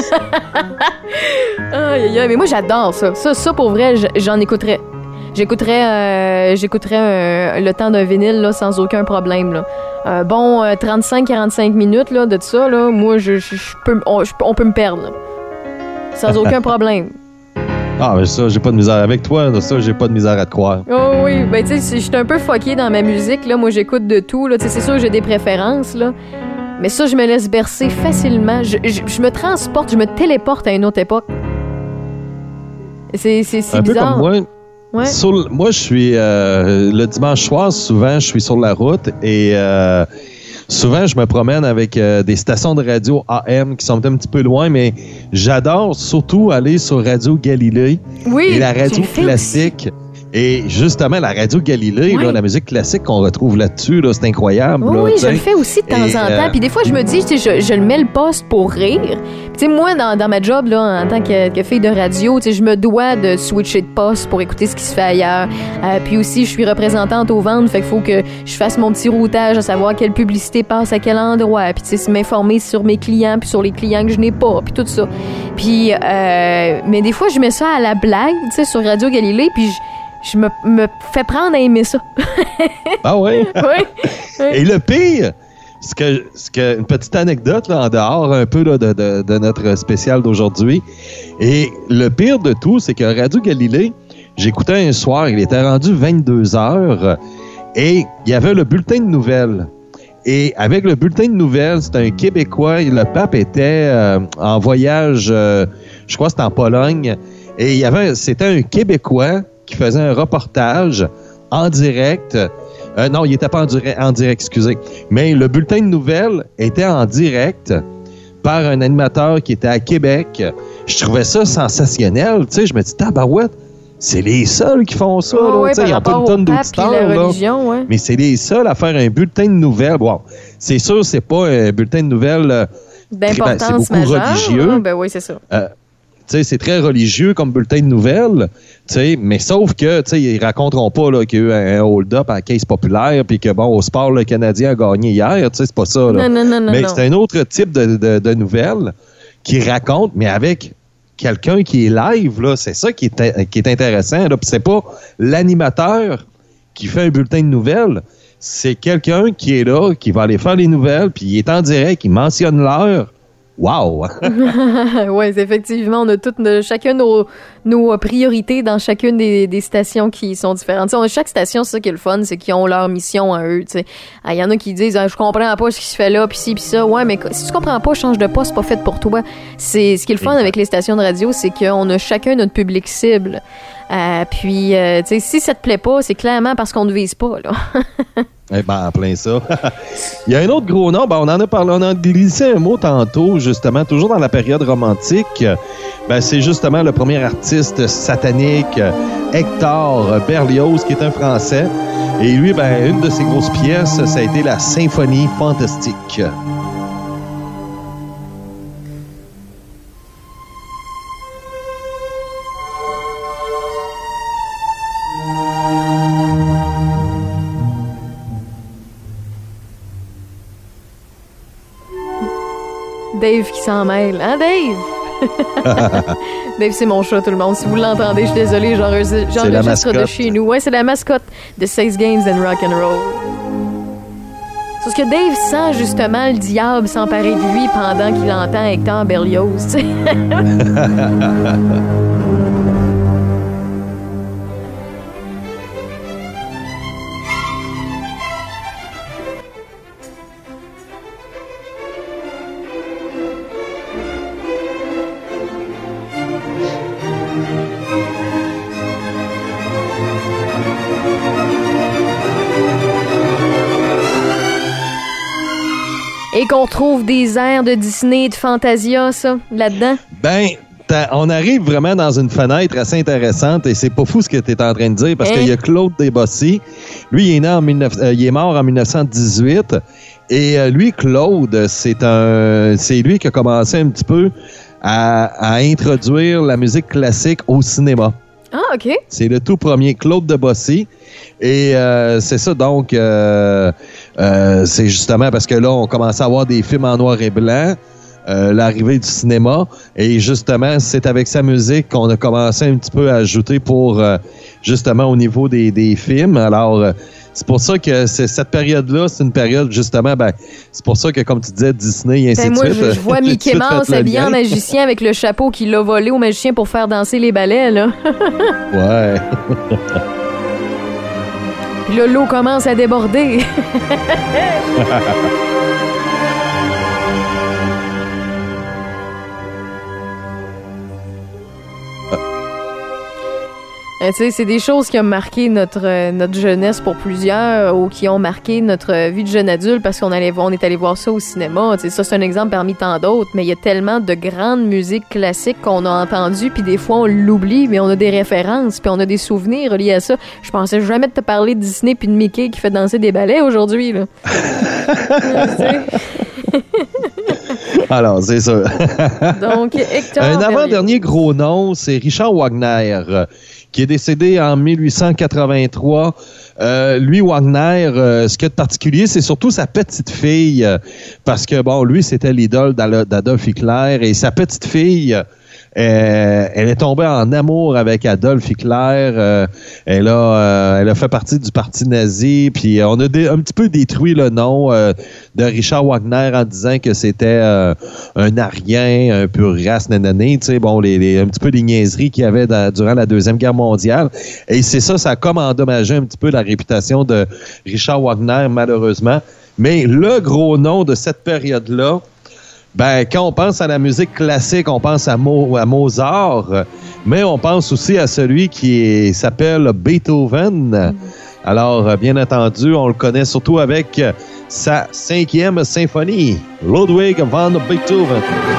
Mais moi, j'adore ça. Ça, pour vrai, j'en écouterais. J'écouterais le temps d'un vinyle là, sans aucun problème. Là. 35-45 minutes là, de ça, là, moi, on peut me perdre. Là. Sans aucun problème. Ah, mais ça, j'ai pas de misère avec toi. Ça, j'ai pas de misère à te croire. Oh oui, ben tu sais, je suis un peu fucké dans ma musique. Là. Moi, j'écoute de tout. Là. C'est sûr que j'ai des préférences, là. Mais ça, je me laisse bercer facilement. Je me transporte, je me téléporte à une autre époque. C'est un bizarre. Peu comme moi. Ouais. Moi, je suis... le dimanche soir, souvent, je suis sur la route et souvent, je me promène avec des stations de radio AM qui sont un petit peu loin, mais j'adore surtout aller sur Radio Galilée. Oui, et la radio classique. Et justement, la Radio Galilée, là, la musique classique qu'on retrouve là-dessus, là, c'est incroyable. Oui, là, oui, je le fais aussi de temps en temps. Puis des fois, je me dis, je le mets le poste pour rire. Puis moi, dans ma job, là, en tant que fille de radio, je me dois de switcher de poste pour écouter ce qui se fait ailleurs. Puis aussi, je suis représentante aux ventes, fait qu'il faut que je fasse mon petit routage à savoir quelle publicité passe à quel endroit. Puis m'informer sur mes clients, puis sur les clients que je n'ai pas, puis tout ça. Puis, mais des fois, je mets ça à la blague, sur Radio Galilée, puis je me fais prendre à aimer ça. Ah oui? Oui. Et le pire, une petite anecdote là, en dehors un peu là, de notre spécial d'aujourd'hui. Et le pire de tout, c'est que Radio Galilée, j'écoutais un soir, il était rendu 22h et il y avait le bulletin de nouvelles. Et avec le bulletin de nouvelles, c'était un Québécois. Le pape était en voyage, je crois que c'était en Pologne. Et c'était un Québécois qui faisait un reportage en direct. Non, il n'était pas en direct, excusez. Mais le bulletin de nouvelles était en direct par un animateur qui était à Québec. Je trouvais ça sensationnel. Tu sais, je me dis, tabarouette, c'est les seuls qui font ça. Oh, là, ils n'ont pas une tonne d'auditeurs. Ouais. Mais c'est les seuls à faire un bulletin de nouvelles. Bon, c'est sûr, c'est pas un bulletin de nouvelles d'importance c'est beaucoup majeure. Religieux. Ah, ben oui, c'est ça. C'est très religieux comme bulletin de nouvelles, mais sauf que ils raconteront pas là, qu'il y a eu un hold-up à la Caisse populaire puis que, bon, au sport, le Canadien a gagné hier. C'est pas ça. Là. Non. Mais c'est un autre type de nouvelles qui raconte, mais avec quelqu'un qui est live. Là, c'est ça qui est intéressant. Là. Puis c'est pas l'animateur qui fait un bulletin de nouvelles. C'est quelqu'un qui est là, qui va aller faire les nouvelles, puis il est en direct, il mentionne l'heure. Wow! Oui, effectivement, on a toutes chacun nos priorités dans chacune des stations qui sont différentes. Chaque station, c'est ça qui est le fun, c'est qu'ils ont leur mission à eux. Il y en a qui disent je comprends pas ce qui se fait là, puis ci, puis ça. Ouais, mais si tu comprends pas, change de poste, c'est pas fait pour toi. C'est ce qui est le fun avec les stations de radio, c'est qu'on a chacun notre public cible. Puis, si ça te plaît pas, c'est clairement parce qu'on ne vise pas, là. Eh ben, en plein ça. Il y a un autre gros nom, on en a parlé, on a glissé un mot tantôt, justement, toujours dans la période romantique. C'est justement le premier artiste satanique, Hector Berlioz, qui est un Français. Et lui, une de ses grosses pièces, ça a été la Symphonie fantastique. Dave qui s'en mêle. Hein, Dave? Dave, c'est mon chat, tout le monde. Si vous l'entendez, je suis désolée, j'enregistre de chez nous. Ouais, c'est la mascotte de Sex Games and Rock'n'Roll. Sauf que Dave sent justement le diable s'emparer de lui pendant qu'il entend Hector Berlioz, tu sais. Et qu'on retrouve des airs de Disney et de Fantasia, ça, là-dedans? On arrive vraiment dans une fenêtre assez intéressante et c'est pas fou ce que tu es en train de dire parce qu'il y a Claude Debussy. Lui, il est mort en 1918 et lui, Claude, c'est lui qui a commencé un petit peu à introduire la musique classique au cinéma. Ah, OK. C'est le tout premier, Claude Debussy. Et c'est ça, donc, c'est justement parce que là, on commençait à avoir des films en noir et blanc, l'arrivée du cinéma. Et justement, c'est avec sa musique qu'on a commencé un petit peu à ajouter pour, justement, au niveau des films. Alors, c'est pour ça que cette période-là, c'est une période, justement, c'est pour ça que, comme tu disais, Disney et ainsi de suite. Moi, je vois Mickey Mouse habillé en magicien avec le chapeau qu'il a volé au magicien pour faire danser les ballets, là. Ouais. Puis là, l'eau commence à déborder. Tu sais, c'est des choses qui ont marqué notre jeunesse pour plusieurs ou qui ont marqué notre vie de jeune adulte parce qu'on est allé voir ça au cinéma. Tu sais, ça, c'est un exemple parmi tant d'autres, mais il y a tellement de grandes musiques classiques qu'on a entendues, puis des fois, on l'oublie, mais on a des références, puis on a des souvenirs reliés à ça. Je pensais jamais de te parler de Disney puis de Mickey qui fait danser des ballets aujourd'hui, là. Alors, c'est ça. Donc, Hector un avant-dernier gros nom, c'est Richard Wagner, qui est décédé en 1883. Lui, Wagner, ce qu'il y a de particulier, c'est surtout sa petite fille, parce que, bon, lui, c'était l'idole d'Adolf Hitler, et sa petite fille... elle est tombée en amour avec Adolf Hitler. Elle a fait partie du parti nazi. Puis on a un petit peu détruit le nom de Richard Wagner en disant que c'était un arien, un pur race, nanané. Tu sais, bon, un petit peu les niaiseries qu'il y avait durant la Deuxième Guerre mondiale. Et c'est ça a comme endommagé un petit peu la réputation de Richard Wagner, malheureusement. Mais le gros nom de cette période-là, ben, quand on pense à la musique classique, on pense à Mozart, mais on pense aussi à celui qui s'appelle Beethoven. Alors, bien entendu, on le connaît surtout avec sa 5e symphonie, Ludwig van Beethoven.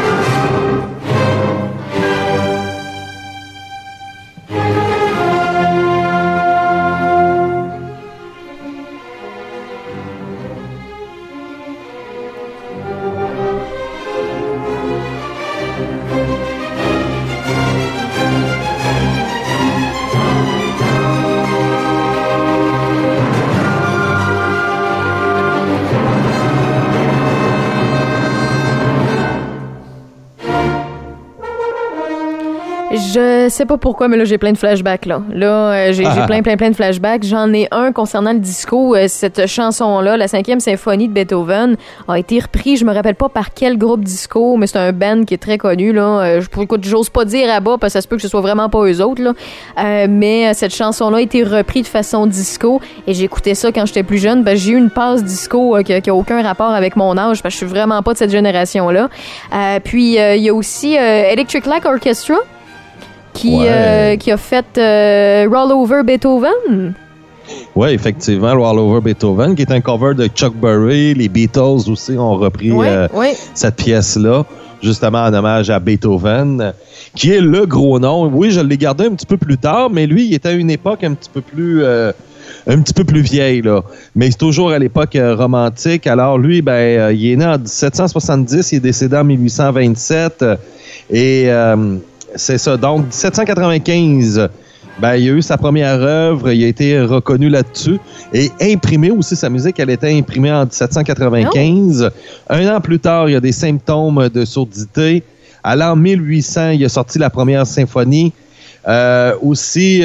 Je sais pas pourquoi, mais là, j'ai plein de flashbacks, là. Là, j'ai plein de flashbacks. J'en ai un concernant le disco. Cette chanson-là, la 5e symphonie de Beethoven, a été reprise, je me rappelle pas par quel groupe disco, mais c'est un band qui est très connu, là. Écoute, j'ose pas dire à bas, parce que ça se peut que ce soit vraiment pas eux autres, là. Mais cette chanson-là a été reprise de façon disco, et j'écoutais ça quand j'étais plus jeune. Ben, j'ai eu une passe disco qui a aucun rapport avec mon âge, parce que je suis vraiment pas de cette génération-là. Puis, il y a aussi Electric Light Orchestra, qui a fait Roll Over Beethoven. Oui, effectivement, Roll Over Beethoven, qui est un cover de Chuck Berry. Les Beatles aussi ont repris cette pièce-là, justement en hommage à Beethoven, qui est le gros nom. Oui, je l'ai gardé un petit peu plus tard, mais lui, il était à une époque un petit peu plus vieille, là. Mais c'est toujours à l'époque romantique. Alors lui, ben, il est né en 1770, il est décédé en 1827. C'est ça. Donc, 1795, ben, il a eu sa première œuvre, il a été reconnu là-dessus et imprimé aussi. Sa musique, elle était imprimée en 1795. Un an plus tard, il y a des symptômes de surdité. À l'an 1800, il a sorti la première symphonie. Aussi,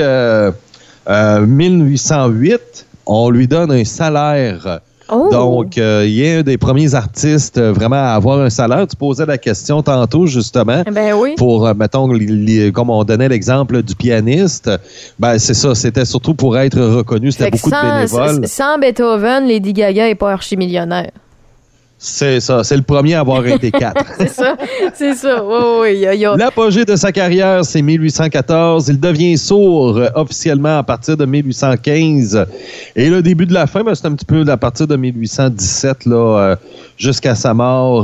1808, on lui donne un salaire. Donc, il est un des premiers artistes vraiment à avoir un salaire. Tu posais la question tantôt, justement. Ben oui. Pour, mettons, comme on donnait l'exemple du pianiste, ben c'est ça, c'était surtout pour être reconnu. C'était beaucoup de bénévoles. Sans Beethoven, Lady Gaga n'est pas archimillionnaire. C'est ça, c'est le premier à avoir été 4. c'est ça. Oui. L'apogée de sa carrière, c'est 1814. Il devient sourd officiellement à partir de 1815. Et le début de la fin, ben, c'est un petit peu à partir de 1817 là, jusqu'à sa mort,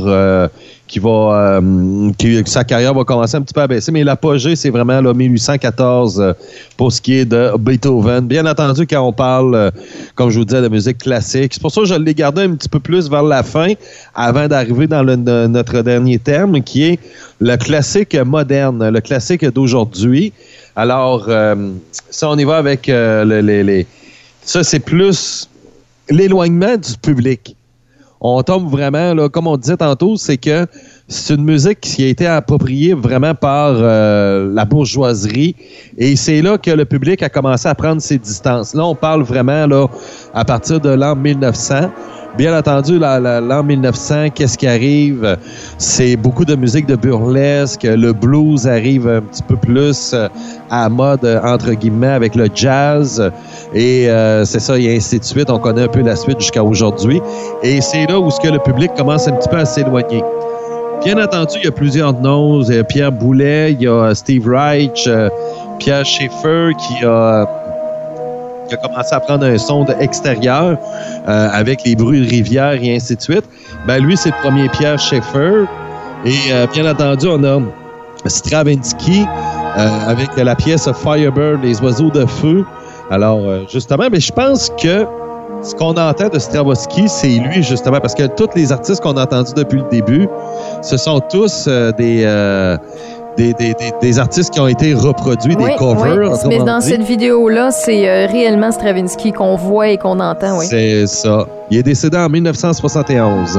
sa carrière va commencer un petit peu à baisser. Mais l'apogée, c'est vraiment là, 1814 pour ce qui est de Beethoven. Bien entendu, quand on parle, comme je vous disais, de musique classique, c'est pour ça que je l'ai gardé un petit peu plus vers la fin, avant d'arriver dans notre dernier terme, qui est le classique moderne, le classique d'aujourd'hui. Alors, ça, on y va avec ça, c'est plus l'éloignement du public. On tombe vraiment, là, comme on disait tantôt, c'est que c'est une musique qui a été appropriée vraiment par la bourgeoisie et c'est là que le public a commencé à prendre ses distances. Là, on parle vraiment là à partir de l'an 1900. Bien entendu, l'an 1900, qu'est-ce qui arrive? C'est beaucoup de musique de burlesque. Le blues arrive un petit peu plus à mode, entre guillemets, avec le jazz. Et c'est ça, et ainsi de suite. On connaît un peu la suite jusqu'à aujourd'hui. Et c'est là où ce que le public commence un petit peu à s'éloigner. Bien entendu, il y a plusieurs noms. Il y a Pierre Boulez, il y a Steve Reich, Pierre Schaeffer qui a commencé à prendre un son extérieur avec les bruits de rivière et ainsi de suite. Ben lui, c'est le premier Pierre Schaeffer. Et bien entendu, on a Stravinsky avec la pièce Firebird, les oiseaux de feu. Alors, justement, mais je pense que ce qu'on entend de Stravinsky, c'est lui, justement, parce que tous les artistes qu'on a entendus depuis le début, ce sont tous des artistes qui ont été reproduits, des covers. Oui, mais dans cette vidéo-là, c'est réellement Stravinsky qu'on voit et qu'on entend, oui. C'est ça. Il est décédé en 1971.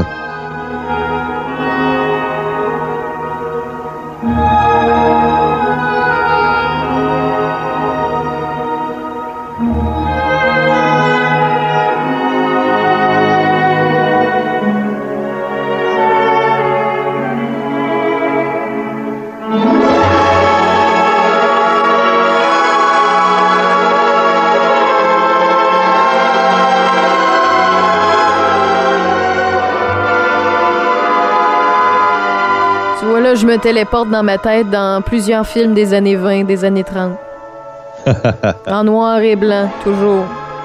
Je me téléporte dans ma tête dans plusieurs films des années 20, des années 30. En noir et blanc, toujours.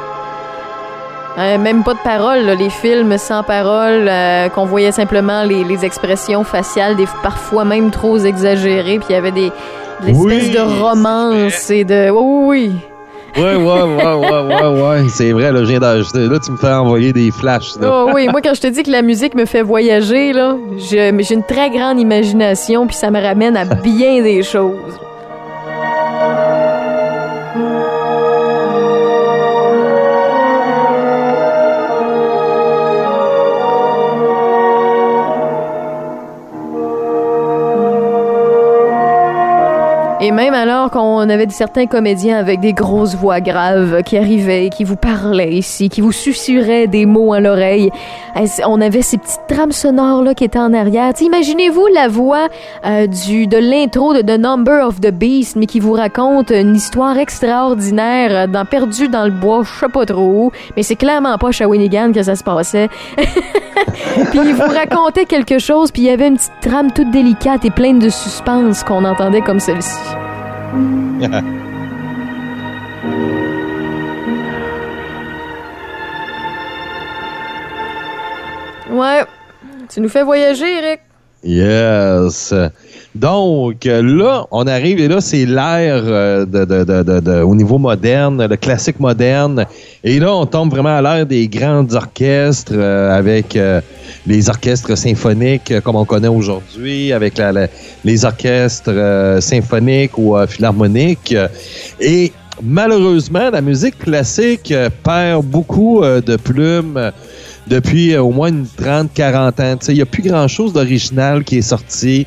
Même pas de paroles, là, les films sans paroles, qu'on voyait simplement les expressions faciales, parfois même trop exagérées, puis il y avait des espèces de romances et de... Oui. Ouais. C'est vrai, là, je viens d'ajouter. Là, tu me fais envoyer des flashs. Là. Oh oui, moi, quand je te dis que la musique me fait voyager, là, j'ai une très grande imagination, puis ça me ramène à bien des choses. Et même alors qu'on avait certains comédiens avec des grosses voix graves qui arrivaient, qui vous parlaient ici, qui vous susurraient des mots à l'oreille, on avait ces petites trames sonores là qui étaient en arrière. T'sais, imaginez-vous la voix de l'intro de The Number of the Beast, mais qui vous raconte une histoire extraordinaire perdu dans le bois, je sais pas trop où, mais c'est clairement pas à Shawinigan que ça se passait. Puis il vous racontait quelque chose, puis il y avait une petite trame toute délicate et pleine de suspense qu'on entendait comme celle-ci. Ouais, tu nous fais voyager, Eric. Yes. Donc, là, on arrive, et là, c'est l'ère au niveau moderne, le classique moderne. Et là, on tombe vraiment à l'ère des grands orchestres avec les orchestres symphoniques comme on connaît aujourd'hui, avec les orchestres symphoniques ou philharmoniques. Et malheureusement, la musique classique perd beaucoup de plumes depuis au moins une 30-40 ans. Il n'y a plus grand-chose d'original qui est sorti.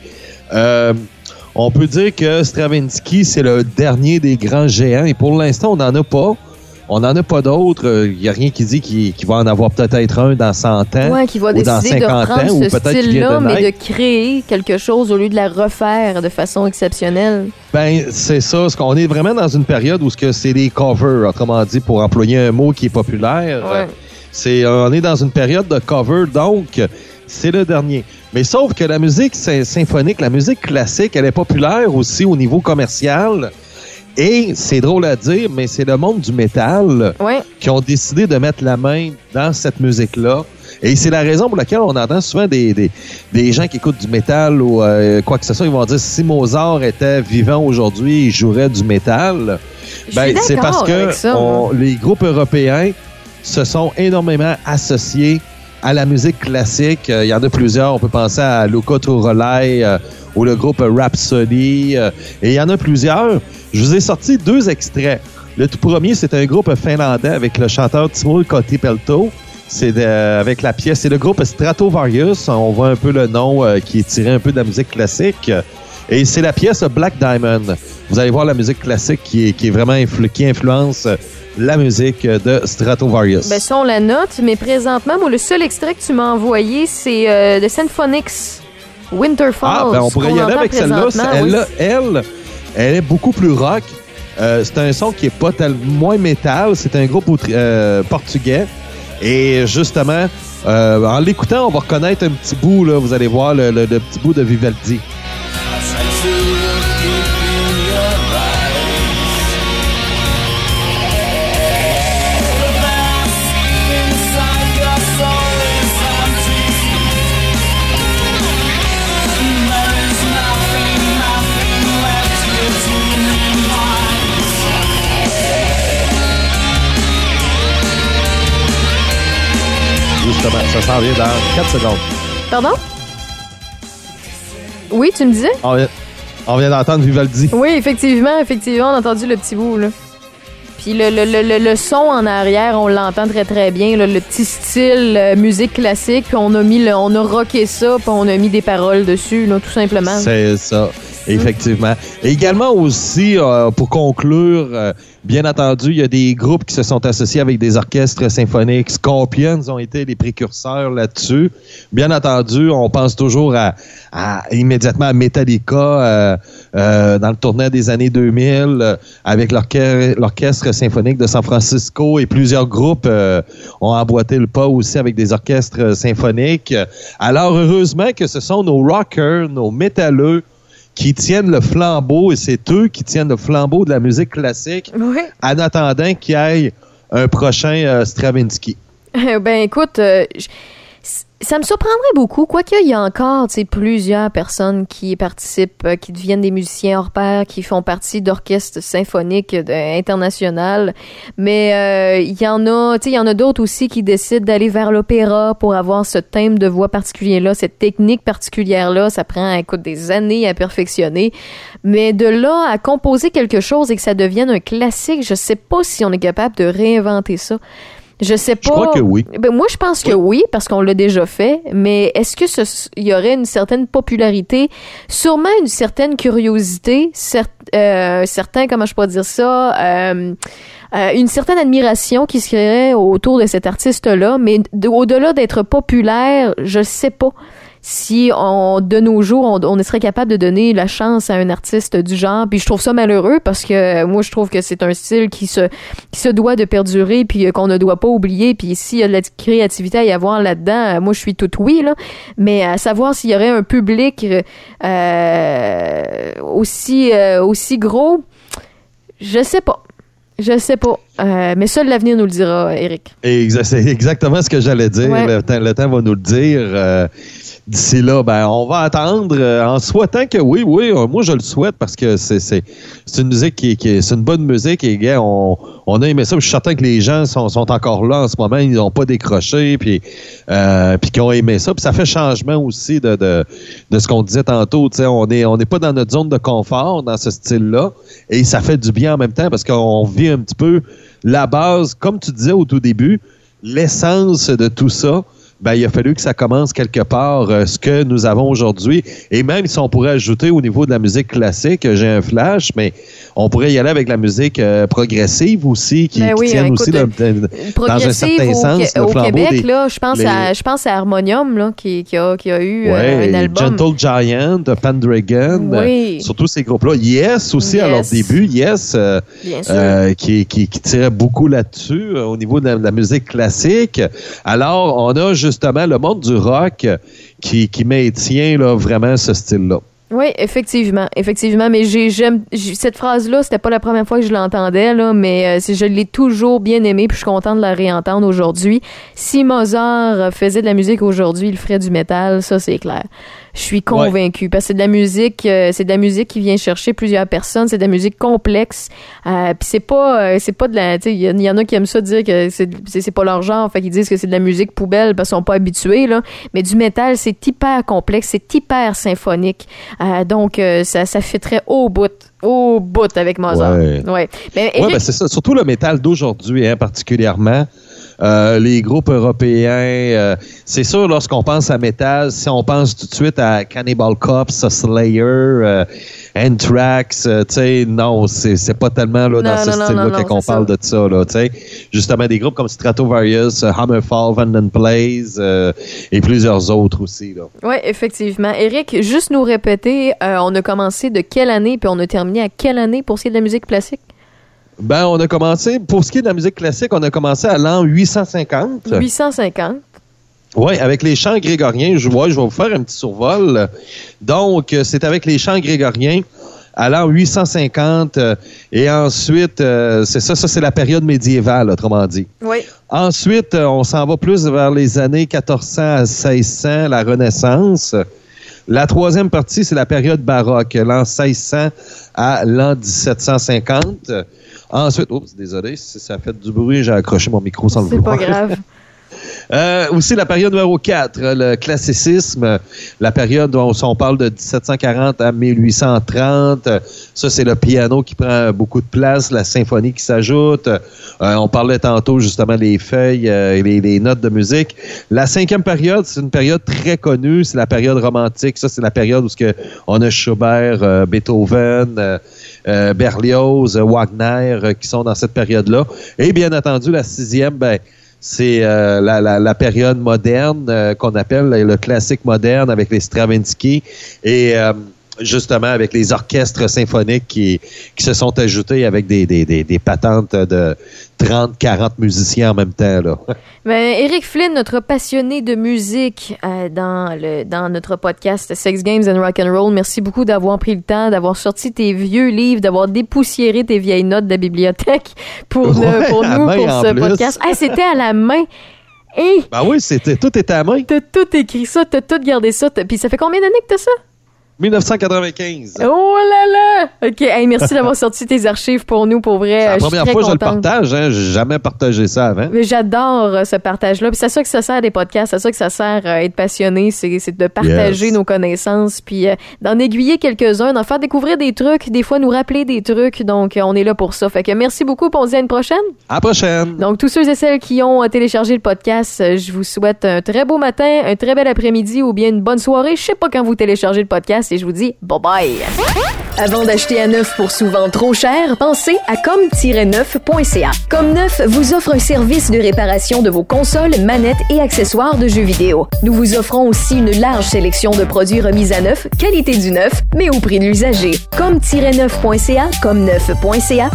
On peut dire que Stravinsky, c'est le dernier des grands géants. Et pour l'instant, on n'en a pas. On n'en a pas d'autres. Il n'y a rien qui dit qu'il va en avoir peut-être un dans 100 ans qui va ou dans 50 ans. Ou peut-être qu'il vient de naître. Mais de créer quelque chose au lieu de la refaire de façon exceptionnelle. Ben, c'est ça. On est vraiment dans une période où c'est des covers, autrement dit, pour employer un mot qui est populaire. Ouais. On est dans une période de cover, donc c'est le dernier. Mais sauf que la musique symphonique, la musique classique, elle est populaire aussi au niveau commercial. Et c'est drôle à dire, mais c'est le monde du métal qui ont décidé de mettre la main dans cette musique-là. Et c'est la raison pour laquelle on entend souvent des gens qui écoutent du métal ou quoi que ce soit, ils vont dire si Mozart était vivant aujourd'hui, il jouerait du métal. Ben, c'est parce que les groupes européens se sont énormément associés à la musique classique. Il y en a plusieurs. On peut penser à Luca Turunen ou le groupe Rhapsody. Et il y en a plusieurs. Je vous ai sorti 2 extraits. Le tout premier, c'est un groupe finlandais avec le chanteur Timo Kotipelto. C'est avec la pièce. C'est le groupe Stratovarius. On voit un peu le nom qui est tiré un peu de la musique classique. Et c'est la pièce Black Diamond. Vous allez voir la musique classique qui est vraiment qui influence la musique de Stratovarius. Ben ça, on la note, mais présentement, moi, le seul extrait que tu m'as envoyé, c'est de Symphonix, Winter Falls. Ah, ben on pourrait y aller avec celle-là. Elle est beaucoup plus rock. C'est un son qui est pas moins métal. C'est un groupe portugais. Et justement, en l'écoutant, on va reconnaître un petit bout, là, vous allez voir le petit bout de Vivaldi. Ça s'en vient dans 4 secondes. Pardon? Oui, tu me disais? On vient d'entendre Vivaldi. Oui, effectivement, on a entendu le petit bout, là. Puis le son en arrière, on l'entend très très bien, là, le petit style musique classique, puis on a rocké ça, puis on a mis des paroles dessus, là, tout simplement. C'est ça, effectivement. Et également aussi, pour conclure, bien entendu, il y a des groupes qui se sont associés avec des orchestres symphoniques. Scorpions ont été les précurseurs là-dessus. Bien entendu, on pense toujours immédiatement à Metallica dans le tournant des années 2000 avec l'orchestre symphonique de San Francisco et plusieurs groupes ont emboîté le pas aussi avec des orchestres symphoniques. Alors, heureusement que ce sont nos rockers, nos métalleux qui tiennent le flambeau, et c'est eux qui tiennent le flambeau de la musique classique en attendant qu'il y ait un prochain Stravinsky. Ben écoute, ça me surprendrait beaucoup, quoique il y a encore plusieurs personnes qui participent, qui deviennent des musiciens hors pair, qui font partie d'orchestres symphoniques internationaux, mais il y en a d'autres aussi qui décident d'aller vers l'opéra pour avoir ce thème de voix particulier-là, cette technique particulière-là. Ça prend, des années à perfectionner, mais de là à composer quelque chose et que ça devienne un classique, je sais pas si on est capable de réinventer ça. Je sais pas. Je crois que oui. Ben moi, je pense que oui, parce qu'on l'a déjà fait. Mais est-ce que il y aurait une certaine popularité, sûrement une certaine curiosité, certains, comment je peux dire ça, une certaine admiration qui se créerait autour de cet artiste-là, mais au-delà d'être populaire, je sais pas si de nos jours, on serait capable de donner la chance à un artiste du genre. Puis je trouve ça malheureux parce que moi, je trouve que c'est un style qui se doit de perdurer puis qu'on ne doit pas oublier. Puis s'il y a de la créativité à y avoir là-dedans, moi, je suis toute oui, là. Mais à savoir s'il y aurait un public aussi gros, je sais pas. Mais seul l'avenir nous le dira, Éric. C'est exactement ce que j'allais dire. Ouais. Le temps va nous le dire. D'ici là, on va attendre en souhaitant que oui, moi je le souhaite parce que c'est une musique qui c'est une bonne musique et gars, on a aimé ça. Je suis certain que les gens sont encore là en ce moment, ils n'ont pas décroché puis qu'ils ont aimé ça. Puis ça fait changement aussi de ce qu'on disait tantôt. Tu sais, on n'est pas dans notre zone de confort dans ce style-là et ça fait du bien en même temps parce qu'on vit un petit peu la base, comme tu disais au tout début, l'essence de tout ça. Il a fallu que ça commence quelque part, ce que nous avons aujourd'hui. Et même si on pourrait ajouter au niveau de la musique classique, j'ai un flash, mais on pourrait y aller avec la musique progressive aussi, qui tienne aussi dans un certain sens le au flambeau. Québec, là, je pense à Harmonium, là, qui a eu un album. Gentle Giant, Pendragon, surtout ces groupes-là. Yes aussi à leur début, qui tirait beaucoup là-dessus au niveau de la musique classique. Alors, on a justement le monde du rock qui maintient là, vraiment ce style-là. Oui, effectivement, mais j'aime cette phrase-là, c'était pas la première fois que je l'entendais, là, mais je l'ai toujours bien aimée, puis je suis contente de la réentendre aujourd'hui. Si Mozart faisait de la musique aujourd'hui, il ferait du métal, ça c'est clair. Je suis convaincue parce que c'est de la musique qui vient chercher plusieurs personnes, c'est de la musique complexe. Puis c'est pas de la, tu sais, il y en a qui aiment ça dire que c'est pas leur genre, fait qu'ils disent que c'est de la musique poubelle parce qu'ils sont pas habitués là, mais du métal, c'est hyper complexe, c'est hyper symphonique. Donc ça fitterait au bout avec Mozart. Ouais. Mais c'est ça, surtout le métal d'aujourd'hui particulièrement. Les groupes européens, c'est sûr, lorsqu'on pense à métal, si on pense tout de suite à Cannibal Corpse, Slayer, Anthrax, tu sais, non, c'est pas tellement là, dans ce style-là qu'on parle de ça, là, tu sais. Justement, des groupes comme Stratovarius, Hammerfall, Vanden Blaze et plusieurs autres aussi, là. Oui, effectivement. Éric, juste nous répéter, on a commencé de quelle année puis on a terminé à quelle année pour ce qui est de la musique classique? On a commencé, pour ce qui est de la musique classique, on a commencé à l'an 850. 850. Oui, avec les chants grégoriens. Je vais vous faire un petit survol. Donc, c'est avec les chants grégoriens à l'an 850. Et ensuite, c'est ça c'est la période médiévale, autrement dit. Oui. Ensuite, on s'en va plus vers les années 1400 à 1600, la Renaissance. La troisième partie, c'est la période baroque, l'an 1600 à l'an 1750. Ensuite, désolé, si ça fait du bruit, j'ai accroché mon micro sans le vouloir. C'est pas grave. Aussi la période numéro 4, le classicisme, la période où on parle de 1740 à 1830. Ça, c'est le piano qui prend beaucoup de place, la symphonie qui s'ajoute. On parlait tantôt justement des feuilles et les notes de musique. La 5e période, c'est une période très connue, c'est la période romantique. Ça, c'est la période où on a Schubert, Beethoven, Berlioz, Wagner qui sont dans cette période-là. Et bien entendu, la 6e, c'est la période moderne qu'on appelle le classique moderne avec les Stravinsky et justement avec les orchestres symphoniques qui se sont ajoutés avec des patentes de 30-40 musiciens en même temps, là. Éric Flynn, notre passionné de musique dans notre podcast Sex Games and Rock'n'Roll, merci beaucoup d'avoir pris le temps, d'avoir sorti tes vieux livres, d'avoir dépoussiéré tes vieilles notes de la bibliothèque pour nous, pour ce podcast. C'était à la main. Et oui, tout était à main. T'as tout écrit ça, t'as tout gardé ça. Puis ça fait combien d'années que t'as ça? 1995. Oh là là! OK, merci d'avoir sorti tes archives pour nous, pour vrai. C'est la première fois que je le contente. Partage, hein? J'ai jamais partagé ça avant. Mais j'adore ce partage-là. Puis c'est ça que ça sert des podcasts, c'est ça que ça sert à être passionné, c'est de partager nos connaissances, puis d'en aiguiller quelques-uns, d'en faire découvrir des trucs, des fois nous rappeler des trucs. Donc, on est là pour ça. Fait que merci beaucoup, puis on se dit à une prochaine. À la prochaine! Donc, tous ceux et celles qui ont téléchargé le podcast, je vous souhaite un très beau matin, un très bel après-midi ou bien une bonne soirée. Je sais pas quand vous téléchargez le podcast et je vous dis bye-bye. Avant d'acheter à neuf pour souvent trop cher, pensez à comme-neuf.ca. Comme-neuf vous offre un service de réparation de vos consoles, manettes et accessoires de jeux vidéo. Nous vous offrons aussi une large sélection de produits remis à neuf, qualité du neuf, mais au prix de l'usager. Comme-neuf.ca, comme-neuf.ca,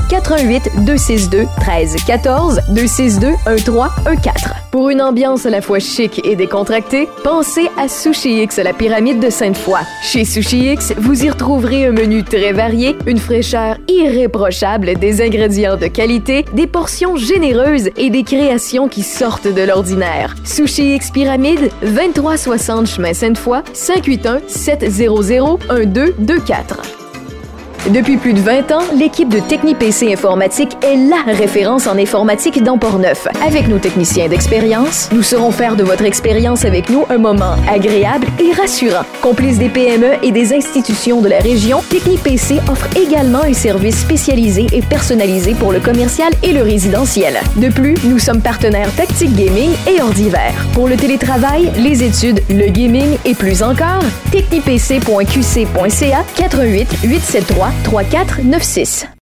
418-262-1314, 262-1314. Pour une ambiance à la fois chic et décontractée, pensez à Sushi X, la pyramide de Sainte-Foy. Chez Sushi X, vous y retrouverez un menu très varié, une fraîcheur irréprochable, des ingrédients de qualité, des portions généreuses et des créations qui sortent de l'ordinaire. Sushi X Pyramide, 2360 chemin Sainte-Foy, 581-700-1224. Depuis plus de 20 ans, l'équipe de TechniPC Informatique est la référence en informatique dans Portneuf. Avec nos techniciens d'expérience, nous saurons faire de votre expérience avec nous un moment agréable et rassurant. Complice des PME et des institutions de la région, TechniPC offre également un service spécialisé et personnalisé pour le commercial et le résidentiel. De plus, nous sommes partenaires Tactique Gaming et Ordiver. Pour le télétravail, les études, le gaming et plus encore, technipc.qc.ca 418 873 3496.